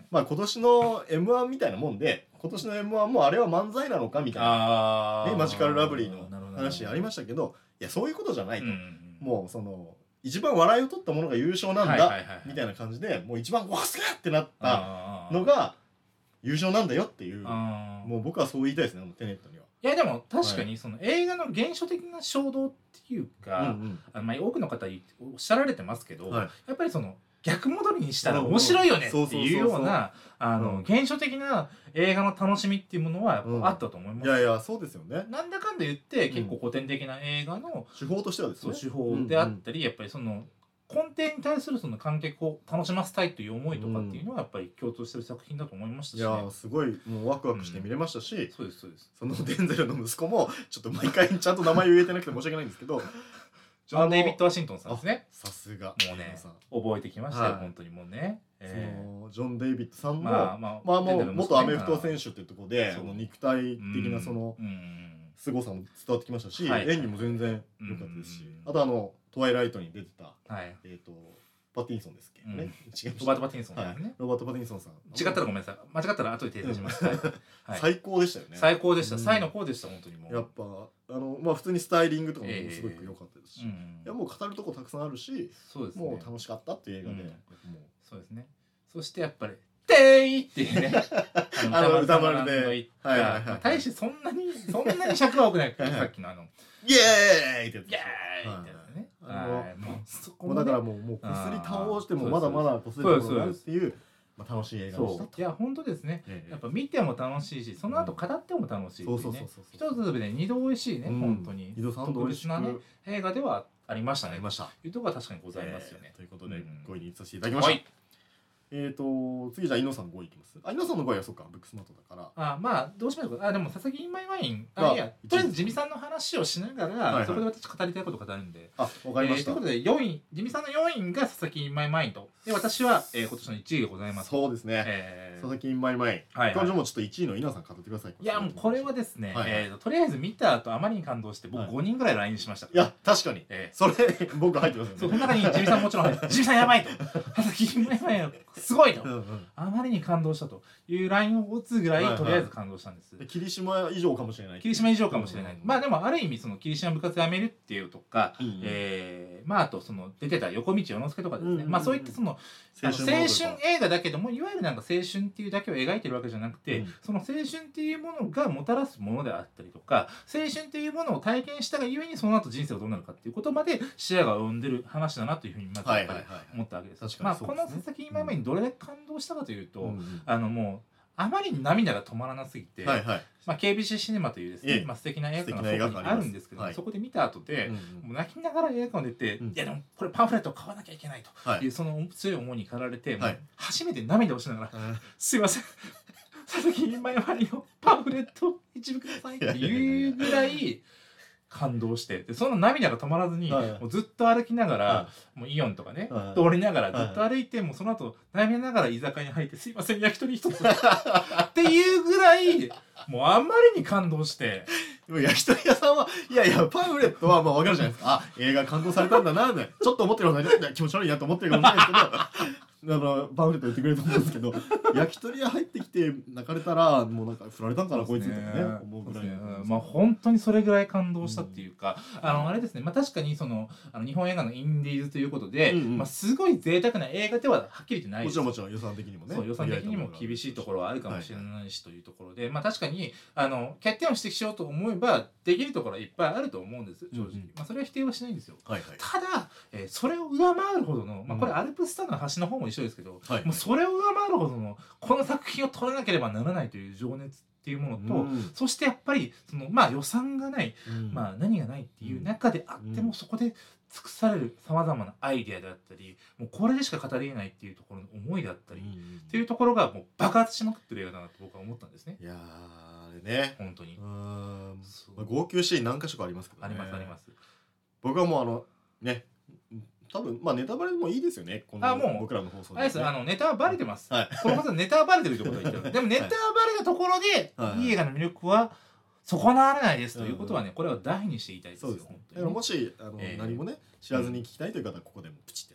まあ今年の エムワン みたいなもんで、今年の エムワン もあれは漫才なのかみたいな、ね、マジカルラブリーの話ありましたけど、いやそういうことじゃないと、うん、もうその一番笑いを取ったものが優勝なんだみたいな感じで、もう一番わすげーってなったのが優勝なんだよっていう、もう僕はそう言いたいですね、テネットには。 いやでも確かにその映画の原初的な衝動っていうか、うんうん、あのまあ多くの方おっしゃられてますけど、はい、やっぱりその逆戻りにしたら面白いよねっていうような原初的な映画の楽しみっていうものはあったと思います、 うん、いやいやそうですよね。 なんだかんだ言って結構古典的な映画の手法としてはですね、 手法であったり、やっぱりその根底に対するその観客を楽しませたいという思いとかっていうのはやっぱり共通してる作品だと思いましたし、ね、 いやすごいもうワクワクして見れましたし、うん、 そうですそうです。 そのデンゼルの息子もちょっと毎回ちゃんと名前を言えてなくて申し訳ないんですけどジョン・デイビッド・ワシントンさんですね。 さすがもうね覚えてきましたよ、はい、本当にもうね、 えー、そのジョン・デイビッドさんもまあ、まあまあ、もう元アメフト選手っていうところで肉体的なその凄さも伝わってきましたし、はい、演技も全然良かったですし、あとあのトワイライトに出てた、はい、えっ、ー、とパティンソンですっけ、うん、ね、違いました。 ロバート・パティンソン、ね、はい、 ロバート・パティンソンさん。 違ったらごめんなさい。間違ったら後で訂正します。はいはい、最高でしたよね。 最高でした。最の高でした本当にもう。 やっぱあのまあ普通にスタイリングとかもすごく良かったですし、えーうん、いやもう語るとこたくさんあるし、そうですね、もう楽しかったっていう映画で、うん、もうそうですね。そしてやっぱりてーいっていうね、 あの歌丸で、 はいはいはい。大してそんなにそんなに尺は多くないからさっきのあのイエーイってやつ。 イエーイってやつね。 あのもうそこもだからもうもうこすり倒してもまだまだこすり倒があるっていうまあ楽しい映画でしたと。 いや本当ですね。やっぱ見ても楽しいし、その後語っても楽しいっていうね。一つで二度美味しいね本当に。 二度三度美味しいね映画ではありましたね。 ありました。 いうところは確かにございますよね。 ということでご意にさせていただきました。えーと次じゃあ伊野さんごいいきます。あ、伊野さんのごいはそうかブックスマートだから。 あ、まあどうしましょうか。あ、でも佐々木インマイワイン、あ、いやとりあえず地味さんの話をしながらそこで私語りたいこと語るんで。 あ、わかりました。 ということでよんい、地味さんのよんいが佐々木インマイワインと、で私は今年のいちいでございます。 そうですね。佐々木インマイワイン。今週もちょっといちいの伊野さん語ってください。 いやもうこれはですね、とりあえず見た後あまりに感動して僕ごにんぐらい ライン しました。いや確かに。それ僕入ってますよね。 その中に地味さんもちろん入って、地味さんやばいと、佐々木インマイワインすごいと。あまりに感動したというラインを打つぐらいとりあえず感動したんです。 霧島以上かもしれない。 霧島以上かもしれない。まあでもある意味その霧島部活やめるっていうとか、えまああとその出てた横道世之助とかですね。まあそういったその青春映画だけどもいわゆるなんか青春っていうだけを描いてるわけじゃなくて、その青春っていうものがもたらすものであったりとか、青春っていうものを体験したがゆえにその後人生がどうなるかっていうことまで視野が生んでる話だなというふうにまずやっぱり思ったわけです。まあこの佐々木今前にどれだけ感動したかというと、あのもうあまりに涙が止まらなすぎて、はいはい、まあ ケービーシー シネマというですね、ええ、まあ素敵な映画館がそこにあるんですけど、はい、そこで見た後で、うんうん、もう泣きながら映画館を出て、うん、いやでもこれパンフレットを買わなきゃいけないという、はい、その強い思いに駆られて、はい、初めて涙をしながら、はい、すいません佐々木今井ワイのパンフレット一部くださいっていうぐらい感動して、でその涙が止まらずに、はい、もうずっと歩きながら、はい、もうイオンとかね、はい、通りながらずっと歩いて、はい、もうその後悩みながら居酒屋に入って「すいません焼き鳥一つ」っていうぐらいもうあんまりに感動して。 でも焼き鳥屋さんはいやいやパンフレットはまあ分かるじゃないですか。あ、映画感動されたんだなってちょっと思ってる方が気持ち悪いなと思ってるかもしれないですけどあのパンフレット言ってくれると思うんですけど焼き鳥屋入ってきて泣かれたらもうなんか振られたんかなこいつとかね思うぐらい、ね、 まあ本当にそれぐらい感動したっていうか、うん、あのあれですね、まあ確かにそのあの日本映画のインディーズということで、うんうん、まあすごい贅沢な映画でははっきり言ってないです。 もちろんもちろん予算的にもね、 そう予算的にも厳しいところはあるかもしれないしというところで、はいはい、まあ確かにあの欠点を指摘しようと思えばできるところはいっぱいあると思うんです正直、うんうん、まあそれは否定はしないんですよ、はいはい、ただ、えー、それを上回るほどの、まあ、これアルプススターの端の方も一緒ですけど、はい、もうそれを上回るほどのこの作品を撮らなければならないという情熱っていうものと、うん、そしてやっぱりその、まあ、予算がない、うん、まあ、何がないっていう中であっても、うん、そこで尽くされるさまざまなアイデアであったりもうこれでしか語りえないっていうところの思いだったり、うん、っていうところがもう爆発しまくってる映画だなと僕は思ったんですね。 いやーあれね本当にうん、まあ、号泣シーン何か所かありますけどね。 ありますあります。 僕はもうあのね多分まあネタバレでもいいですよね。このあもう僕らの放送で、ね。 あれですあのネタはバレてます。はい、このことネタはバレてるってことは言ってる。でもネタはバレたところで、はい、いい映画の魅力は損なわれないですということはね、これは大にして言いたいですよ。 そうですね。だからもしあの、えー、何もね知らずに聞きたいという方はここでもプチってやってもらって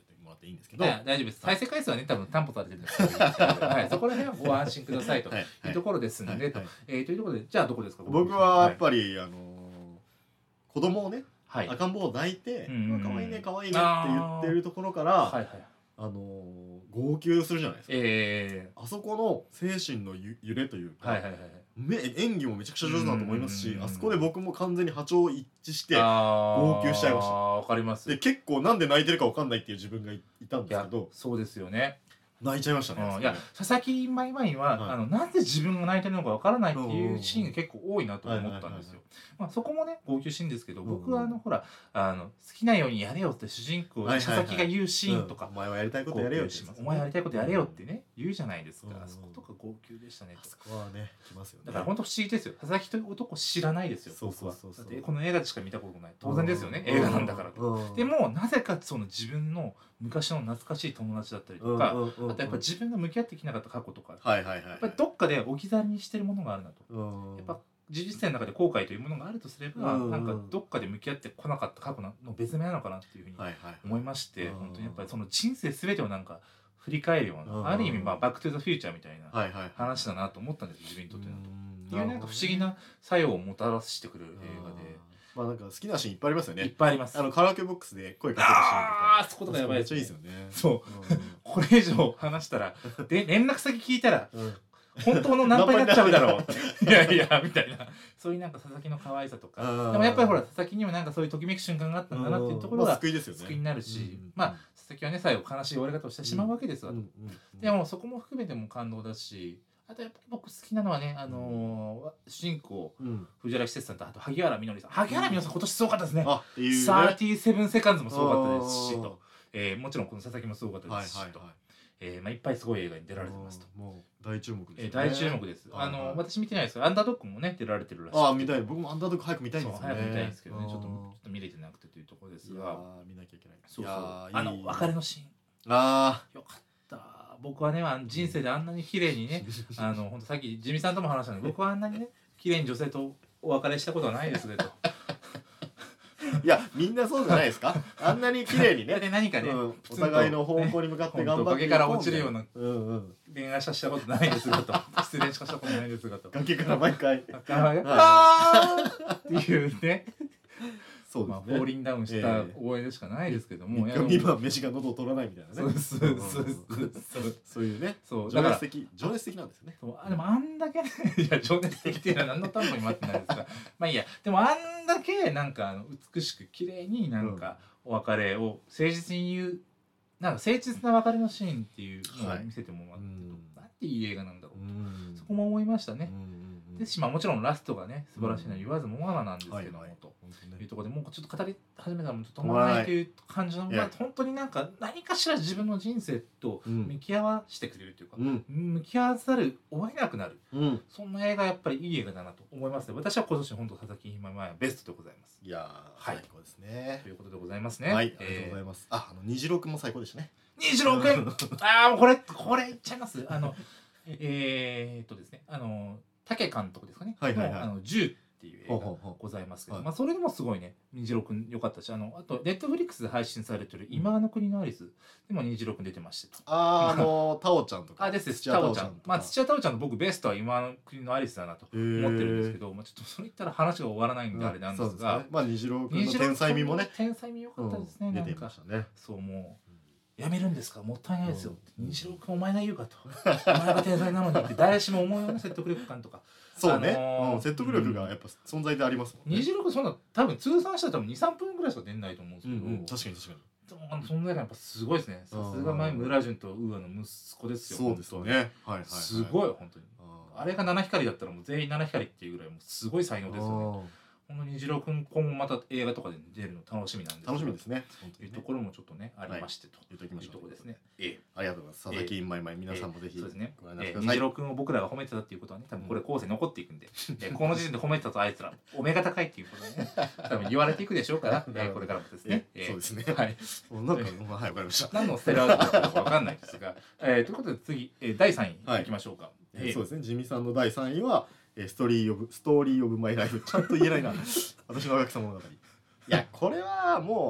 ていいんですけど、 いや大丈夫です。再生回数はね多分担保されてるんですけど、はい、そこら辺はご安心くださいというところですので、とえーというところでじゃあどこですか？ 僕はやっぱり、あのー、子供をね、 はい、 赤ん坊を抱いて、 うんうん、 可愛いね可愛いねって言ってるところから、はいはい、あのー、号泣するじゃないですか、えー、あそこの精神の揺れというか、はいはいはい、演技もめちゃくちゃ上手だと思いますし、あそこで僕も完全に波長一致して号泣しちゃいました。 わかります。 で結構なんで泣いてるか分かんないっていう自分がいたんですけど、 そうですよね、 泣いちゃいましたね。 うん、いや佐々木舞舞は、はい、あのなんで自分が泣いてるのかわからないっていうシーンが結構多いなと思ったんですよ。まあそこもね号泣シーンですけど、僕はあのほらあの好きなようにやれよって主人公佐々木が言うシーンとか、 お前はやりたいことやれよって、 お前やりたいことやれよってね言うじゃないですか。あそことか号泣でしたね。 あそこはねきますよね。 だから本当不思議ですよ。佐々木という男知らないですよ。 そうそうそうそう。 だってこの映画でしか見たことない。当然ですよね。映画なんだからと。でもなぜかその自分の昔の懐かしい友達だったりとか、あとやっぱ自分が向き合ってきなかった過去とか、やっぱりどっかで置き去りにしてるものがあるなと。やっぱ人生の中で後悔というものがあるとすれば、なんかどっかで向き合ってこなかった過去の別名なのかなっていうふうに思いまして、本当にやっぱりその人生すべてをなんか振り返るような、ある意味まあバックトゥザフューチャーみたいな話だなと思ったんです、自分にとっての。っていうなんか不思議な作用をもたらしてくる映画で。 まあなんか好きなシーンいっぱいありますよね。 いっぱいあります。 あのカラオケボックスで声かけるシーンとか。 ああ、そことかやばいです。 めっちゃいいですよね。 そう。これ以上話したら、で連絡先聞いたら本当のナンパになっちゃうだろう。いやいやみたいな。そういうなんか佐々木の可愛さとか。でもやっぱりほら佐々木にもなんかそういうときめく瞬間があったんだなっていうところが救いですよね。救いになるし、まあ佐々木はね最後悲しい終わり方をしてしまうわけですわ。でもそこも含めても感動だし。あとやっぱり僕好きなのはね、あのー、主人公、うん、藤原季節さんとあと萩原みのりさん。萩原みのりさん今年すごかったですね。サーティーセブンセカンズもすごかったですしと、えー、もちろんこの佐々木もすごかったですしと、えーまあ、いっぱいすごい映画に出られてますと。 もう大注目ですね。 えー、大注目です。あのー、私見てないですけどアンダードッグもね出られてるらしい。 ああ見たい。僕もアンダードッグ早く見たいんですよね。 早く見たいんですけどね、ちょっとちょっと見れてなくてというところですが、 見なきゃいけない。 そうそう。あの別れのシーン。 ああよかった。僕はね人生であんなに綺麗にねあの本当さっきジミさんとも話したんで、僕はあんなにね綺麗に女性とお別れしたことはないですねと。 いやみんなそうじゃないですか。あんなに綺麗にね。 で何かね、 うん、お互いの方向に向かって頑張って。 崖から落ちるような恋愛したことないですがと。失恋しかしたことないですがと。 崖から毎回。 あーっていうね。 そうですね。 まあフォーリンダウンした応援でしかないですけども、 今飯が喉を取らないみたいなね。 そうそうそうそうそういうね。 そう情熱的情熱的なんですね。 そうあでもあんだけねいや情熱的っていうのは何の担保にもあってないですが、まあいいや。でもあんだけなんかあの美しく綺麗になんかお別れを誠実に言うなんか誠実な別れのシーンっていうのを見せてもらって、なんていい映画なんだろうとそこも思いましたね。ですしまあもちろんラストがね素晴らしいのは言わずもがななんですけどもというところでもうちょっと語り始めたらもう止まらないという感じのまあ本当になんか何かしら自分の人生と向き合わせてくれるというか、うん、向き合わざるを得なくなる、うん、そんな映画やっぱりいい映画だなと思いますね。私は今年本当佐々木今前はベストでございます。 いやー、はい、最高ですね。 ということでございますね。 はい、ありがとうございます。あ、あの虹郎くんも最高でしたね。 虹郎くんああもうこれこれ言っちゃいます。あのえー、っとですねあの武監督ですかね。はいはいはい。あのじゅうっていう映画ございますけど、まあそれでもすごいね、虹郎くん良かったし、あのあとネットフリックスで配信されてる今の国のアリスでも虹郎くん出てましてと。 あああのタオちゃんとか。 あですです。タオちゃん。まあ土屋タオちゃんの僕ベストは今の国のアリスだなと思ってるんですけど、まあちょっとそれ言ったら話が終わらないんであれなんですが、 まあ虹郎くんの天才味もね。 天才味良かったですね。 出てましたね。 そうもう。やめるんですかもったいないですよって虹郎くんお前が言うかとお前が天才なのにって誰しも思うような説得力感とかそうね、あのーうん、説得力がやっぱ存在でありますもんね。 虹郎くんそんな多分通算したら多分 にさんぷんぐらいしか出ないと思うんですけど、 うんうん、確かに確かにあの存在感やっぱすごいですね。さすが前村淳とウーアの息子ですよ。 そうですよね、はいはいはい、 すごい本当に あ, あれが七光だったらもう全員七光っていうぐらいもうすごい才能ですよね。この虹郎くん今後また映画とかで出るの楽しみなんです。 楽しみですね。 というところもちょっとねありましてというところですね。 ええ、ありがとうございます。佐々木まいまい皆さんもぜひそうですね。虹郎くんを僕らが褒めてたっていうことはね多分これ後世残っていくんで、この時点で褒めてたとあいつらお目が高いっていうことでね多分言われていくでしょうからこれからもですね。 そうですね。 はい。 なんかはいわかりました。 何のステラードかわかんないですが、ということで次だいさんいいきましょうか。 そうですね。ジミさんのだいさんいはストーリーオブストーリーオブマイライフちゃんと言えないな私のお客様物語。いやこれはも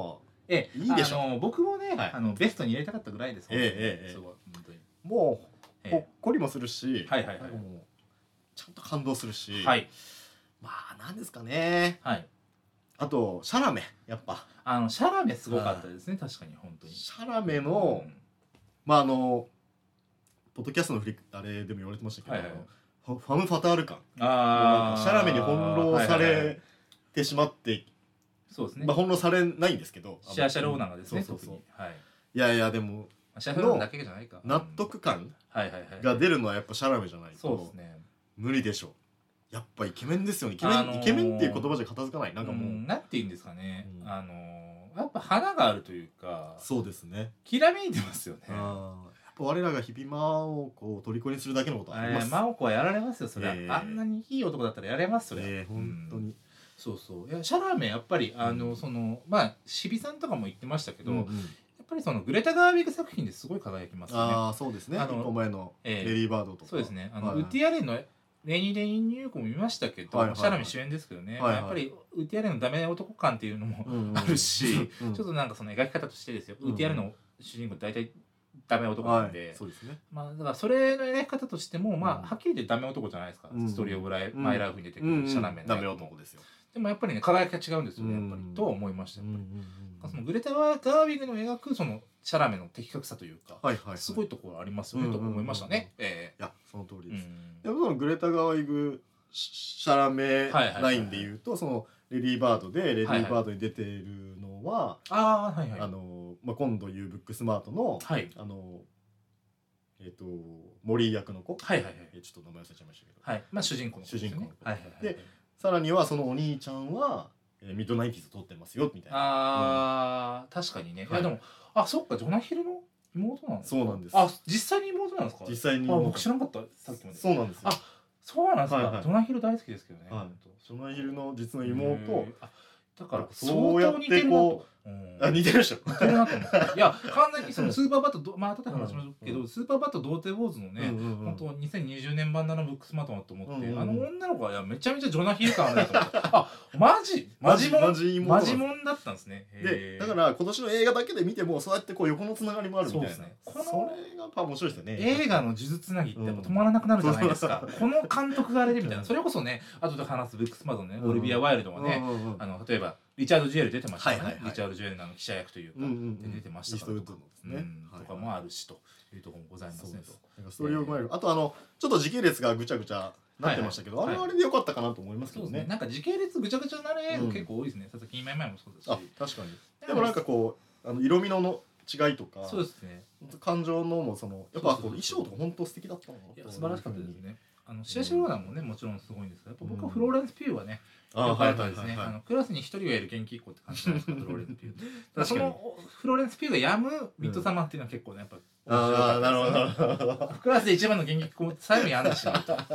えいいでしょあの僕もね、 はいあのベストに入れたかったぐらいです。 ええええええすごい本当に。 もうええほっこりもするし、 はいはいはいなんかもうちゃんと感動するし、 はいまあなんですかね。 はい。 あとシャラメやっぱあのシャラメすごかったですね、確かに本当に。 シャラメの、まああのポッドキャストのフリあれでも言われてましたけど、 はいはいファファム・ファタール感、 ああシャラメに翻弄さはいはいはいれてしまって、 そうですね。 まあ翻弄されないんですけど、 シャーシャローナがですね、 そうそうそう特に。はい。 いやいやでもシャーシャローナだけじゃないか。 納得感はいはいはい。 が出るのはやっぱシャラメじゃないそうでとすね。 無理でしょう。やっぱイケメンですよね。イケメン、 あのーイケメンっていう言葉じゃ片付かない。なんかもう、 うんなんて言うんですかね。 うんあのーやっぱ花があるというか、 そうですね。 きらめいてますよね。 あーやっぱ我らが日比間をこう虜にするだけのことはあります。 えー、真央子はやられますよそれは、 えーあんなにいい男だったらやれますそれは、 えー、本当うんに。 そうそういやシャラーメンやっぱりあの、 うんそのまあシビさんとかも言ってましたけど、 うんうんやっぱりそのグレタ・ガービグ作品ですごい輝きますよね。 ああそうですね。 あの一個前のええレディーバードとか。 そうですねあの、 はいはいウッディ・アレンのレニー・レイン・ニューヨークも見ましたけど、 はいはいはいシャラメン主演ですけどね、 はいはいまあやっぱりウッディ・アレンのダメ男感っていうのもうんうんあるし、 うんちょっとなんかその描き方としてですよ、 うんウッディ・アレンの主人公大体ダメ男なんで、 はい、そうですね。 まあだからそれの描き方としてもまあ、 うんはっきり言ってダメ男じゃないですか、 うんストーリーオブライ、 うんマイライフに出てくるシャラメンのダメ役も男ですよ。 でもやっぱりね輝きが違うんですよね、 うんやっぱりとは思いました、 うんうんやっぱりうんそのグレタ・ガービグの描くそのシャラメの的確さというか、 はいはいはい。 すごいところありますよね、 うんうんうんと思いましたね、えいやその通りえです。 うんでもそのグレタ・ガワイグシャラメはいはいはいはいラインで言うとそのレディーバードでレディーバードに出ているのは、 ああはいはいあのまあ、今度言うブックスマートの、 はいあのえっ、と森役の子、 はいはいはいえーちょっと名前忘れちゃいましたけど、 はいまあ主人公の子ですよね主人公の子はいはいはいでさらにはそのお兄ちゃんは、えーミッドナインティーズ撮ってますよみたいな。 ああ、確かにね、いやでもあそっかジョナヒルの妹なんですか。 そうなんです。 あ実際に妹なんですか。 実際にあ僕知らなかったさっきまで。 そうなんですよ。 あそうなんですか、 はいはいジョナヒル大好きですけどね、 はい本当ジョナヒルの実のへ妹ーあだからそうやってこう相当似てるなとうんあ似てるでしょ。 似てるなと思っていや完全にそのスーパーバットどまあ後で話しますけど、 うんスーパーバット童貞ウォーズのね、 うんうんうん本当にせんにじゅうねん版なのブックスマートだと思って、 うんうんうんあの女の子はいやめちゃめちゃジョナヒル感あるなと思ってあマジマジモンマジ妹マなんですジモンだったんですね。へーでだから今年の映画だけで見てもそうやってこう横のつながりもあるみたいな。 そうですねそこのれがやっぱ面白いですよね。 映画の呪術つなぎってやっぱ止まらなくなるじゃないですか、 うんこの監督があれでみたいな、 うんそれこそね後で話すブックスマートのね、 うんオリビア・ワイルドはね、 うんうんうんあの例えばリチャード・ジュエル出てましたよね、 はいはいはいリチャード・ジュエルのあの記者役というか、 うんうんうんで出てましたイーストウッドのですね。 うんはいとかもあるしというところもございますねとそうです。なんかストーリーオブマイル、あとあのちょっと時系列がぐちゃぐちゃなってましたけど、 はいはいあれはあれで良かったかなと思いますけどね。 そうですねなんか時系列ぐちゃぐちゃになる映画うん結構多いですね、佐々木今井前もそうですしあ確かに。でもなんかこうあの色味のの違いとか、 そうですね感情のもそのやっぱこうそうそうそう衣装とか本当素敵だったのかな。 いや素晴らしかったですね。あのシアシャローナもねもちろんすごいんですけどやっぱ僕はフローレンス・ピューはね、 あよかったですね、 はいはいはいはいあのクラスに一人はいる元気っ子って感じなんですかフローレンス・ピュー確かにそのフローレンス・ピューがやむミッドサマーっていうのは結構ねやっぱああなるほどなるどほど。 クラスで一番の元気っ子も最後にやんだしなと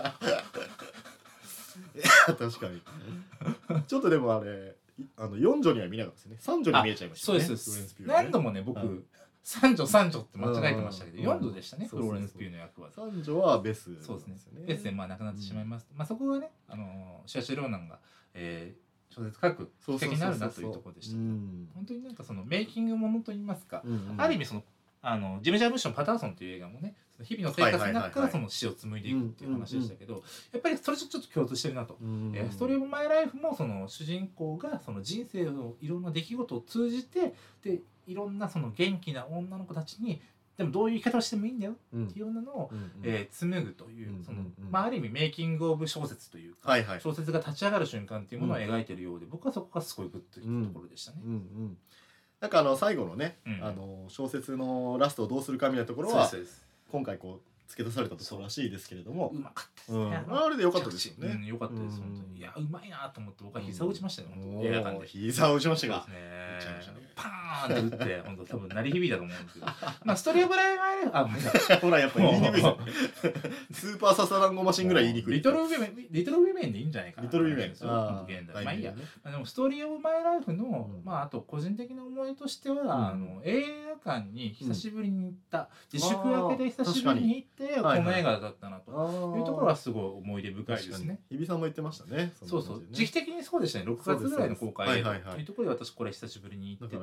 確かに。ちょっとでもあれいあの四女には見なかったですね。三女に見えちゃいましたね。 そうですフローレンスピュー何度もね僕、 はい三女三女って間違えてましたけどうん四女でしたねそうそうそうフローレンス・ピューの役は三女はベスなんそうですねよベスでまあ亡くなってしまいます、まあそこがねあのシアシャローナが、えー、小説書くきっかけになるなというところでしたけどうん本当になんかそのメイキングものといいますか、 うんうんある意味そのあのジム・ジャームッション・パターソンという映画もねその日々の生活の中はいはいはいはいからその死を紡いでいくっていう話でしたけど、やっぱりそれとちょっと共通してるなと、 うんえーストーリー・オブ・マイ・ライフもその主人公がその人生のいろんな出来事を通じてでいろんなその元気な女の子たちにでもどういう言い方をしてもいいんだようんっていうようなのを、 うんうんえー紡ぐという、 うんそのうんうんまあ、ある意味メイキング・オブ小説というか、 はいはい。 小説が立ち上がる瞬間っていうものを描いてるようで、僕はそこがすごいグッときたところでしたね。 うんうん。なんかあの最後のね、 うんあの小説のラストをどうするかみたいなところはそうですそうです今回こう付け足されたところらしいですけれどもう、まかったですうんね。 あれで良かったですよねうん、良かったです、 うん本当に。いや、うまいなと思って、僕は膝を打ちましたよ、本当おに。映画館で。 ー膝を打ちましたがそうです、ね打っちゃいましたね。 パーンって打って、本当多分鳴り響いたと思うんですけど。まあ、ストーリーオブライフ、あ、ごめんなさい。 ほらやっぱ言いにくいですよね。スーパーササランゴマシンぐらい言いにくい。 リトルウィメン、リトルウィメンでいいんじゃないかな。 リトルウィメン。 あ現代。まあいいや。 ね。 あでもストーリーオブマイライフの、 うんまああと個人的な思いとしては、 んあの映画館に久しぶりに行った、自粛明けで久しぶりに行ってこ確かにの映画だったなというところはすごい思い出深いですね。 日比さんも言ってましたね。 そうそう、 んな感じでね時期的にそうでしたね。ろくがつぐらいの公開映画そうですはいはいはいというところで私これ久しぶりに行ってとだか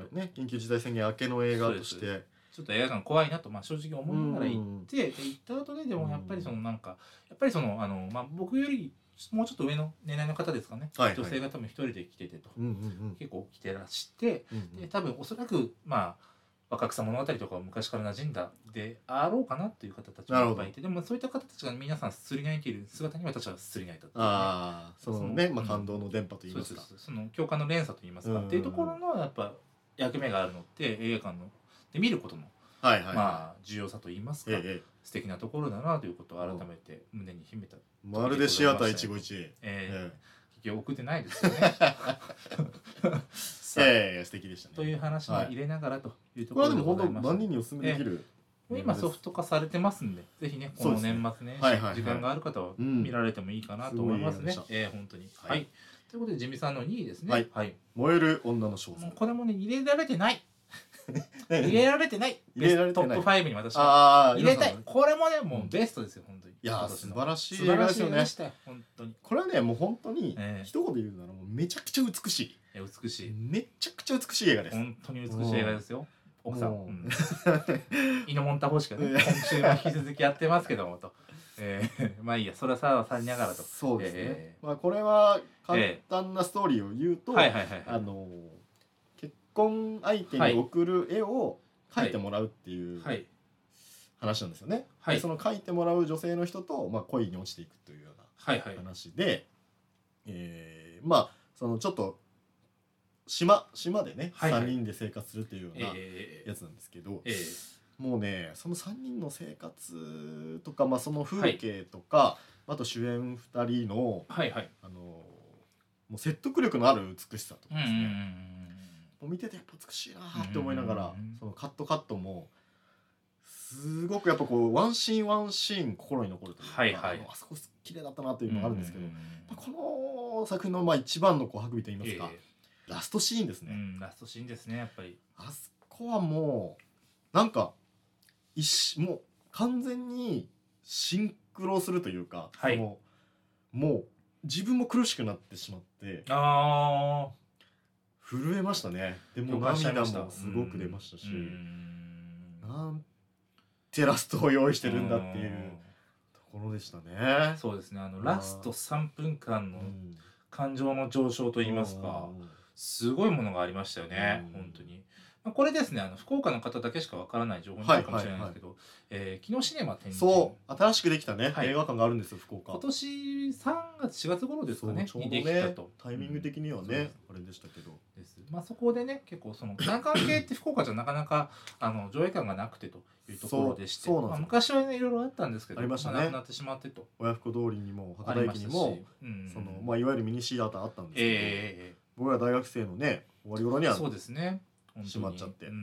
ね緊急事態宣言明けの映画としてちょっと映画館怖いなと、まあ、正直思いながら行って、で行った後ででもやっぱりそのなんかやっぱりそのあの、まあ、僕よりもうちょっと上の年代の方ですかね、はいはい、女性が多分一人で来ててと、うんうんうん、結構来てらして、うんうん、で多分おそらくまあ若草物語とかを昔から馴染んだであろうかなっていう方たちもいっぱいいて、でもそういった方たちが皆さんすり泣いている姿に私はすり泣いたっていう、ね、 あそのね、まあ、感動の電波といいますか、 うん、そうそうそう、その共感の連鎖といいますか、うん、っていうところのやっぱ役目があるのって映画館ので見ることの、はいはいはい、まあ重要さといいますか、ええ、素敵なところだなということを改めて胸に秘めた、 まるでシアター一期一会、 えええ結局送ってないですよねええ素敵でしたねという話も入れながらというところでございました。これはでも本当何人にお勧めできる、 えー、今ソフト化されてますんで、ぜひねこの年末ね、はいはいはい、時間がある方は見られてもいいかなと思いますね。すえー、本当に、はい、はい、ということでジミさんのにいですね、はいはい、 燃える女の少女、 これもね入れられてない入れられてない入れられてないトップファイブに私は入れたい。これもねもうベストですよ本当に。 いや素晴らしい映画ですよね。 本当にこれはねもう本当に一言で言うならもうめちゃくちゃ美しい。 いや美しい。 めちゃくちゃ美しい映画です。 本当に美しい映画ですよ。奥さん、うん、イノモンタ方式がね今週も引き続きやってますけどもと。えー、まあいいやそれはさはさりながらと。 そうですね。えー、まあこれは簡単なストーリーを言うと、あの結婚相手に送る絵を描いてもらうっていう話なんですよね。はい、でその描いてもらう女性の人と、まあ、恋に落ちていくというような話で、はいはい、えー、まあそのちょっと島島でね、はいはい、さんにんで生活するっていうようなやつなんですけど、えーえー、もうねそのさんにんの生活とか、まあ、その風景とか、はい、あと主演ふたりの、はいはい、あのもう説得力のある美しさとかですね、もう見ててやっぱ美しいなって思いながら、そのカットカットもすごくやっぱこうワンシーンワンシーン心に残るというか、はいはい、あそこ綺麗だったなというのがあるんですけど、この作品のまあ一番のこうハクビといいますか、えー、ラストシーンですね、うん、 ラストシーンですねやっぱりあそこはもうなんか一もう完全にシンクロするというか、はい、そのもう自分も苦しくなってしまってあ震えましたね。でも涙もすごく出ましたし、なんてラストを用意してるんだっていうところでしたね。 そうですねあのラストさんぷんかんの感情の上昇といいますかすごいものがありましたよね本当に。これですねあの福岡の方だけしかわからない情報になるかもしれないんですけど、えー、木野シネマ展示そう新しくできたね、はい、映画館があるんですよ福岡。 今年さんがつしがつ頃ですかねちょうどねにできたとタイミング的にはね、うん、あれでしたけどです、まあ、そこでね結構その南関係って福岡じゃなかなかあの上映館がなくてというところでしてまあ、昔はねいろいろあったんですけどありましたね、 まあ、なくなってしまってと親不孝通りにも博多駅にも、うんそのまあ、いわゆるミニシアターあったんですけど、えー、僕ら大学生のね終わり頃にはそうですね閉まっちゃって、うん、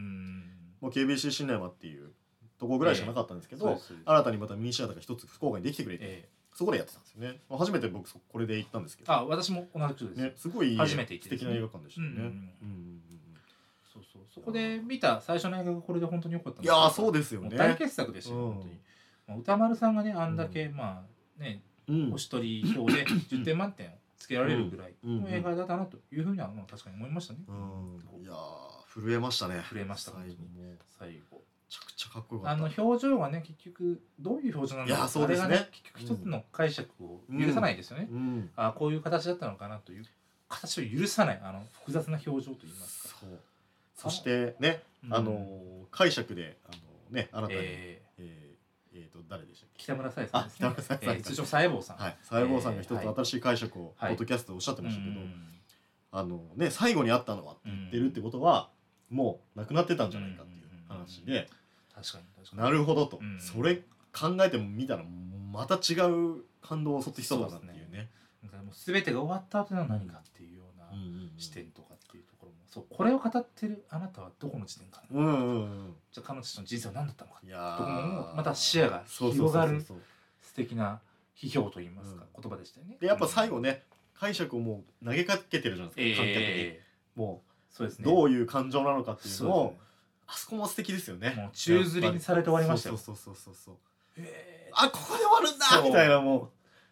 もう ケービーシー シネマっていうとこぐらいしかなかったんですけど、えー、新たにまたミニシアターが一つ福岡にできてくれて、えー、そこでやってたんですよね。初めて僕これで行ったんですけど、 あ私も同じくです、 ね、すごい初めて行って、ね、素敵な映画館でしたよね。 そうそうそこで見た最初の映画がこれで本当に良かったんです。 いやそうですよね。 大傑作ですよ、うん、本当に、まあ、歌丸さんがねあんだけ、うん、まあね、うん、星取り表でじゅってん満点をつけられるぐらいの映画だったなというふうにはまあ確かに思いましたね。 うん、いや震えましたね。 震えました最後も最後めちゃくちゃかっこよかった。 あの表情がね結局どういう表情なんだろう。いやそうですね。あれがね結局一つの解釈を許さないですよね。うん、あこういう形だったのかなという形を許さないあの複雑な表情といいますか。 そうそしてねあの、うん、解釈であのね新たに、えーえーえー、と誰でしたっけ北村沙耶さんですね。 北村沙耶さん、 えー、通称沙耶坊さん。 はい、沙耶坊さんが一つ新しい解釈をポッドキャストでおっしゃってましたけど、はいはいあのね最後にあったのはって言ってるってことは、うん、もうなくなってたんじゃないかっていう話で、 確かに確かになるほどと、うん、それ考えても見たらまた違う感動を襲ってきそうだなっていうね。 だからもう全てが終わった後の何かっていうような視点とかっていうところも、そうこれを語ってるあなたはどこの視点かな、うんうんうん、じゃあ彼女の人生は何だったのかっていうところもまた視野が広がる素敵な批評といいますか、うん、言葉でしたよね。 でやっぱ最後ね、解釈をもう投げかけてるじゃないですか、観客に、えー、もうそうですね、どういう感情なのかっていうのを、ね、あそこも素敵ですよね。 もう宙吊りにされて終わりましたよ。 そうそうそうそうそう、えー、あここで終わるんだみたいな、も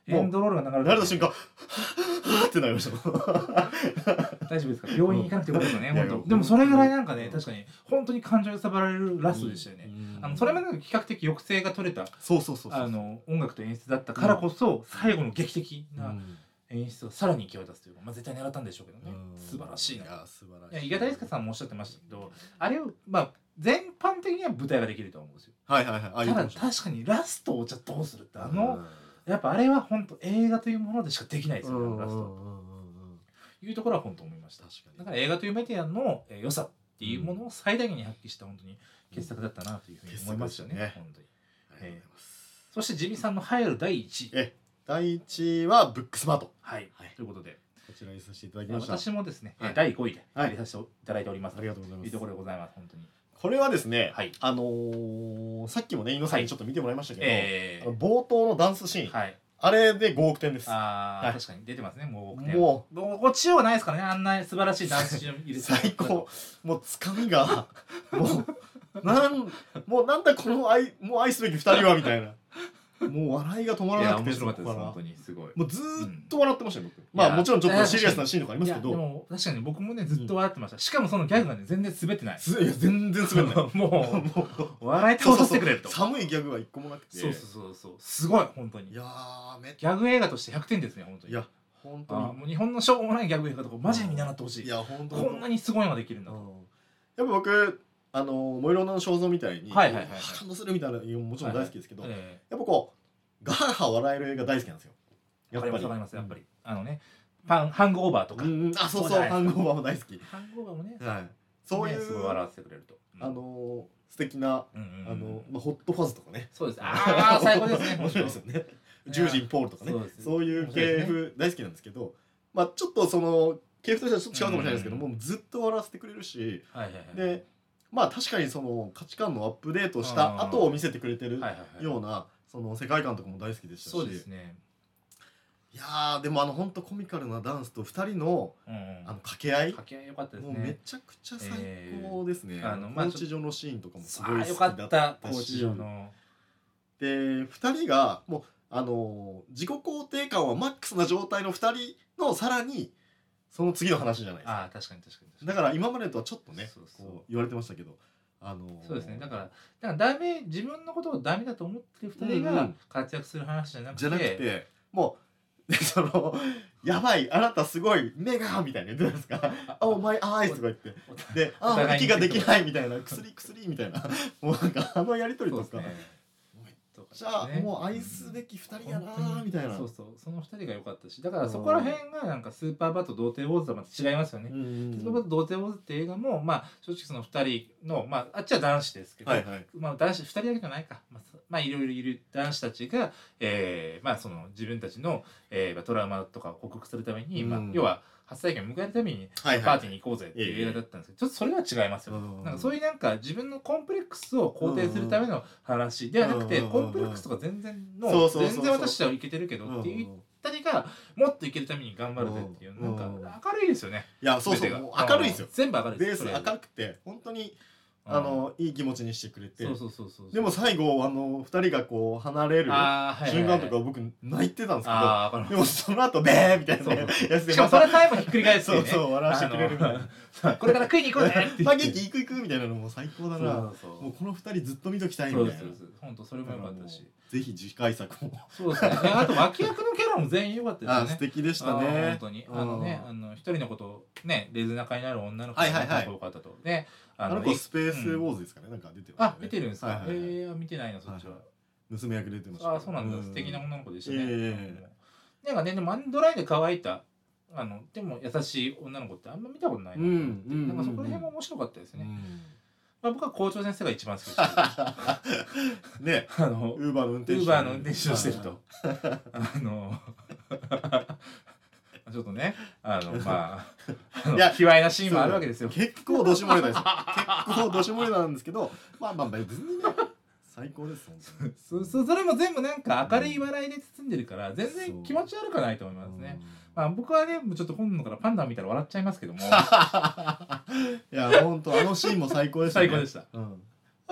エンドロールが流れ慣れた瞬間はぁってなりました大丈夫ですか病院行かなくてよかったですよねいやいや本当でもそれぐらいなんかねうん確かに本当に感情揺さぶられるラストでしたよね、あのそれまでの比較的抑制が取れたそうそうそうそうあの音楽と演出だったからこそ、最後の劇的なうん演出がさらに勢いを出すというか、まあ、絶対狙ったんでしょうけどね、 うん素晴らしいないや素晴らしいいや伊賀大輔さんもおっしゃってましたけどあれをまあ全般的には舞台ができると思うんですよはいはいはいああいうただかもしれない確かにラストをじゃあどうするってあの、 うんやっぱあれは本当映画というものでしかできないですよね、 うんラストうんうんうんいうところは本当思いました。 確かにだから映画というメディアのえー良さっていうものを最大限に発揮した本当に傑作だったなというふうに思いますよね。 傑作ですね本当に。 ありがとうございますそしてジミさんの入るだいいちい。 え第一位はブックスマートはい。 はいということで、 こちらにさせていただきました私もですね、 はいだいごいではい入れさせていただいております。 ありがとうございますというところでございます本当に。 これはですね、 はいあのーさっきもね井野さんにちょっと見てもらいましたけど、 えあの冒頭のダンスシーン、 ー、はい。 あれでごおくてんです。 ああ、 はい確かに出てますね。もうもうもうこっちはないですからね。あんな素晴らしいダンスシーン入れて最高。もうつかみがもうなんもうなんだこの愛もう愛すべき二人はみたいな、もう笑いが止まいやらなくて面白かったですそこから本当にすごい。 もうずーっと笑ってましたよ僕。まいやあもちろんちょっとシリアスなシーンとかありいやでますけど、 も確かに僕もねずっと笑ってました。しかもそのギャグがね全然滑ってない。 すいや全然滑んない。 ももう笑い倒させてくれると。 寒いギャグは一個もなくて。 そうそうそうそうすごい本当に。 いやーめっギャグ映画としてひゃくてんですね本当に。 いや本当にあーもう日本のしょうもないギャグ映画とかマジで見習ってほしい。 いや本当にこんなにすごいのができるんだと。 うんやっぱ僕あの「燃えろの肖像」みたいにはいはいはいはい感動するみたいなのもちろん大好きですけど、 えやっぱこうガハハ笑える映画大好きなんですよえわかりますわかりますやっぱりりあのねパンハングオーバーとか。 うんうんあそうそうじゃないそうハングオーバーも大好きハングオーバーもね。 はいそういねすごいう笑わせてくれると。うんあの素敵なうんうんうんあのまあホットファズとかねそうです。ああ最高ですね。 面白いですよねジュージンポールとかねそうですそういう系譜大好きなんですけどまあちょっとその系譜としてはちょっと違うかもしれないですけどうんもうずっと笑わせてくれるしはいはいはい。 でまあ確かにその価値観のアップデートした後を見せてくれてるはいはいはいようなその世界観とかも大好きでしたし、 そうですね。 いやーでもあの本当コミカルなダンスとふたりのうんうん。 あの掛け合い、 掛け合い良かったですもうめね。 ちゃくちゃ最高ですね、 えーあのコまあーチ上のシーンとかもすごい好きああよかだっったたしコーチ上の。 でふたりがもうあのー自己肯定感はマックスな状態のふたりのさらにその次の話じゃないですかああ確かに確かに確かに。 だから今までとはちょっとねそうそうこう言われてましたけどあのーそうですね。だからだからダメ自分のことをダメだと思ってるふたりがうんうん活躍する話じゃなくて、 じゃなくてもうそのやばいあなたすごい目がみたいな言ってたんですか「あお前アイス」とか言ってで「あお互いに息ができない」みたいな「薬薬」みたいなもうなんかあのやり取りとか、 そうですね。 じゃあもう愛すべきふたりやなーみたいなそうそうそのふたりが良かったしだからそこら辺がなんかスーパーバット童貞ウォーズとはまた違いますよね。 うんうんスーパーバット童貞ウォーズって映画もまあ正直そのふたりのまああっちは男子ですけど、 はいはいまあ男子ふたりだけじゃないかまあそまあいろいろいる男子たちが、えー、まあその自分たちの、えーまあ、トラウマとかを克服するために、 うんまあ要は初体験を迎えるためにはいはいパーティーに行こうぜっていう映画だったんですけど、ちょっとそれは違いますよ。 うんなんかそういうなんか自分のコンプレックスを肯定するための話ではなくて、 うんコンプレックスとか全然のそうそうそうそう全然私はいけてるけどっていうふたりがもっといけるために頑張るぜっていうなんかうん明るいですよね。 いやそうそう全てがもう明るいですよ全部明るいベースです。 明るくて本当にうんあのいい気持ちにしてくれてそうそうそうそう。 でも最後あのふたりがこう離れるあーはいはいはい瞬間とか僕泣いてたんですけどあーわかりますでもその後ベーみたいなそうやそうつでしかもそれ最後ひっくり返すっていうね。 そうそう笑わせてくれるみたいなあのこれから食いに行こうねって言って。 まあ元気行く行くみたいなのも最高だなそうそうもうこのふたりずっと見ときたいみたいなそうですそうです。本当それも良かったし。 ぜひ次回作もそうですね。えあと脇役のキャラも全員良かったですよね。 あ素敵でしたあーね本当にあのねあの一人のことをねレズ仲になる女の子はいはいはいがかっこよかったと。でああの子スペースウォーズですかねなんか出てましたねあ見てるんですか。 はいはいはいええ見てないなそっちは。 娘役出てましたあそうなんだ素敵な女の子でしたね。 ええなんかねでもアンドライで乾いたあのでも優しい女の子ってあんま見たことないなと思ってうんうんなんかそこら辺も面白かったですね。 うんまあ僕は校長先生が一番好きでした。 ねあのウーバーの運ウ転手ーバーの運転手をしてるとあのちょっとねあのまああのいや卑猥なシーンもあるわけですよ。 結構どしもれなんですよ結構どしもれなんですけどまあまあ別にね最高です本当にそそそれも全部なんか明るい笑いで包んでるから全然気持ち悪くないと思いますね。まあ僕はねもうちょっと本能からパンダを見たら笑っちゃいますけどもいや本当あのシーンも最高でしたね最高でした。 うんあー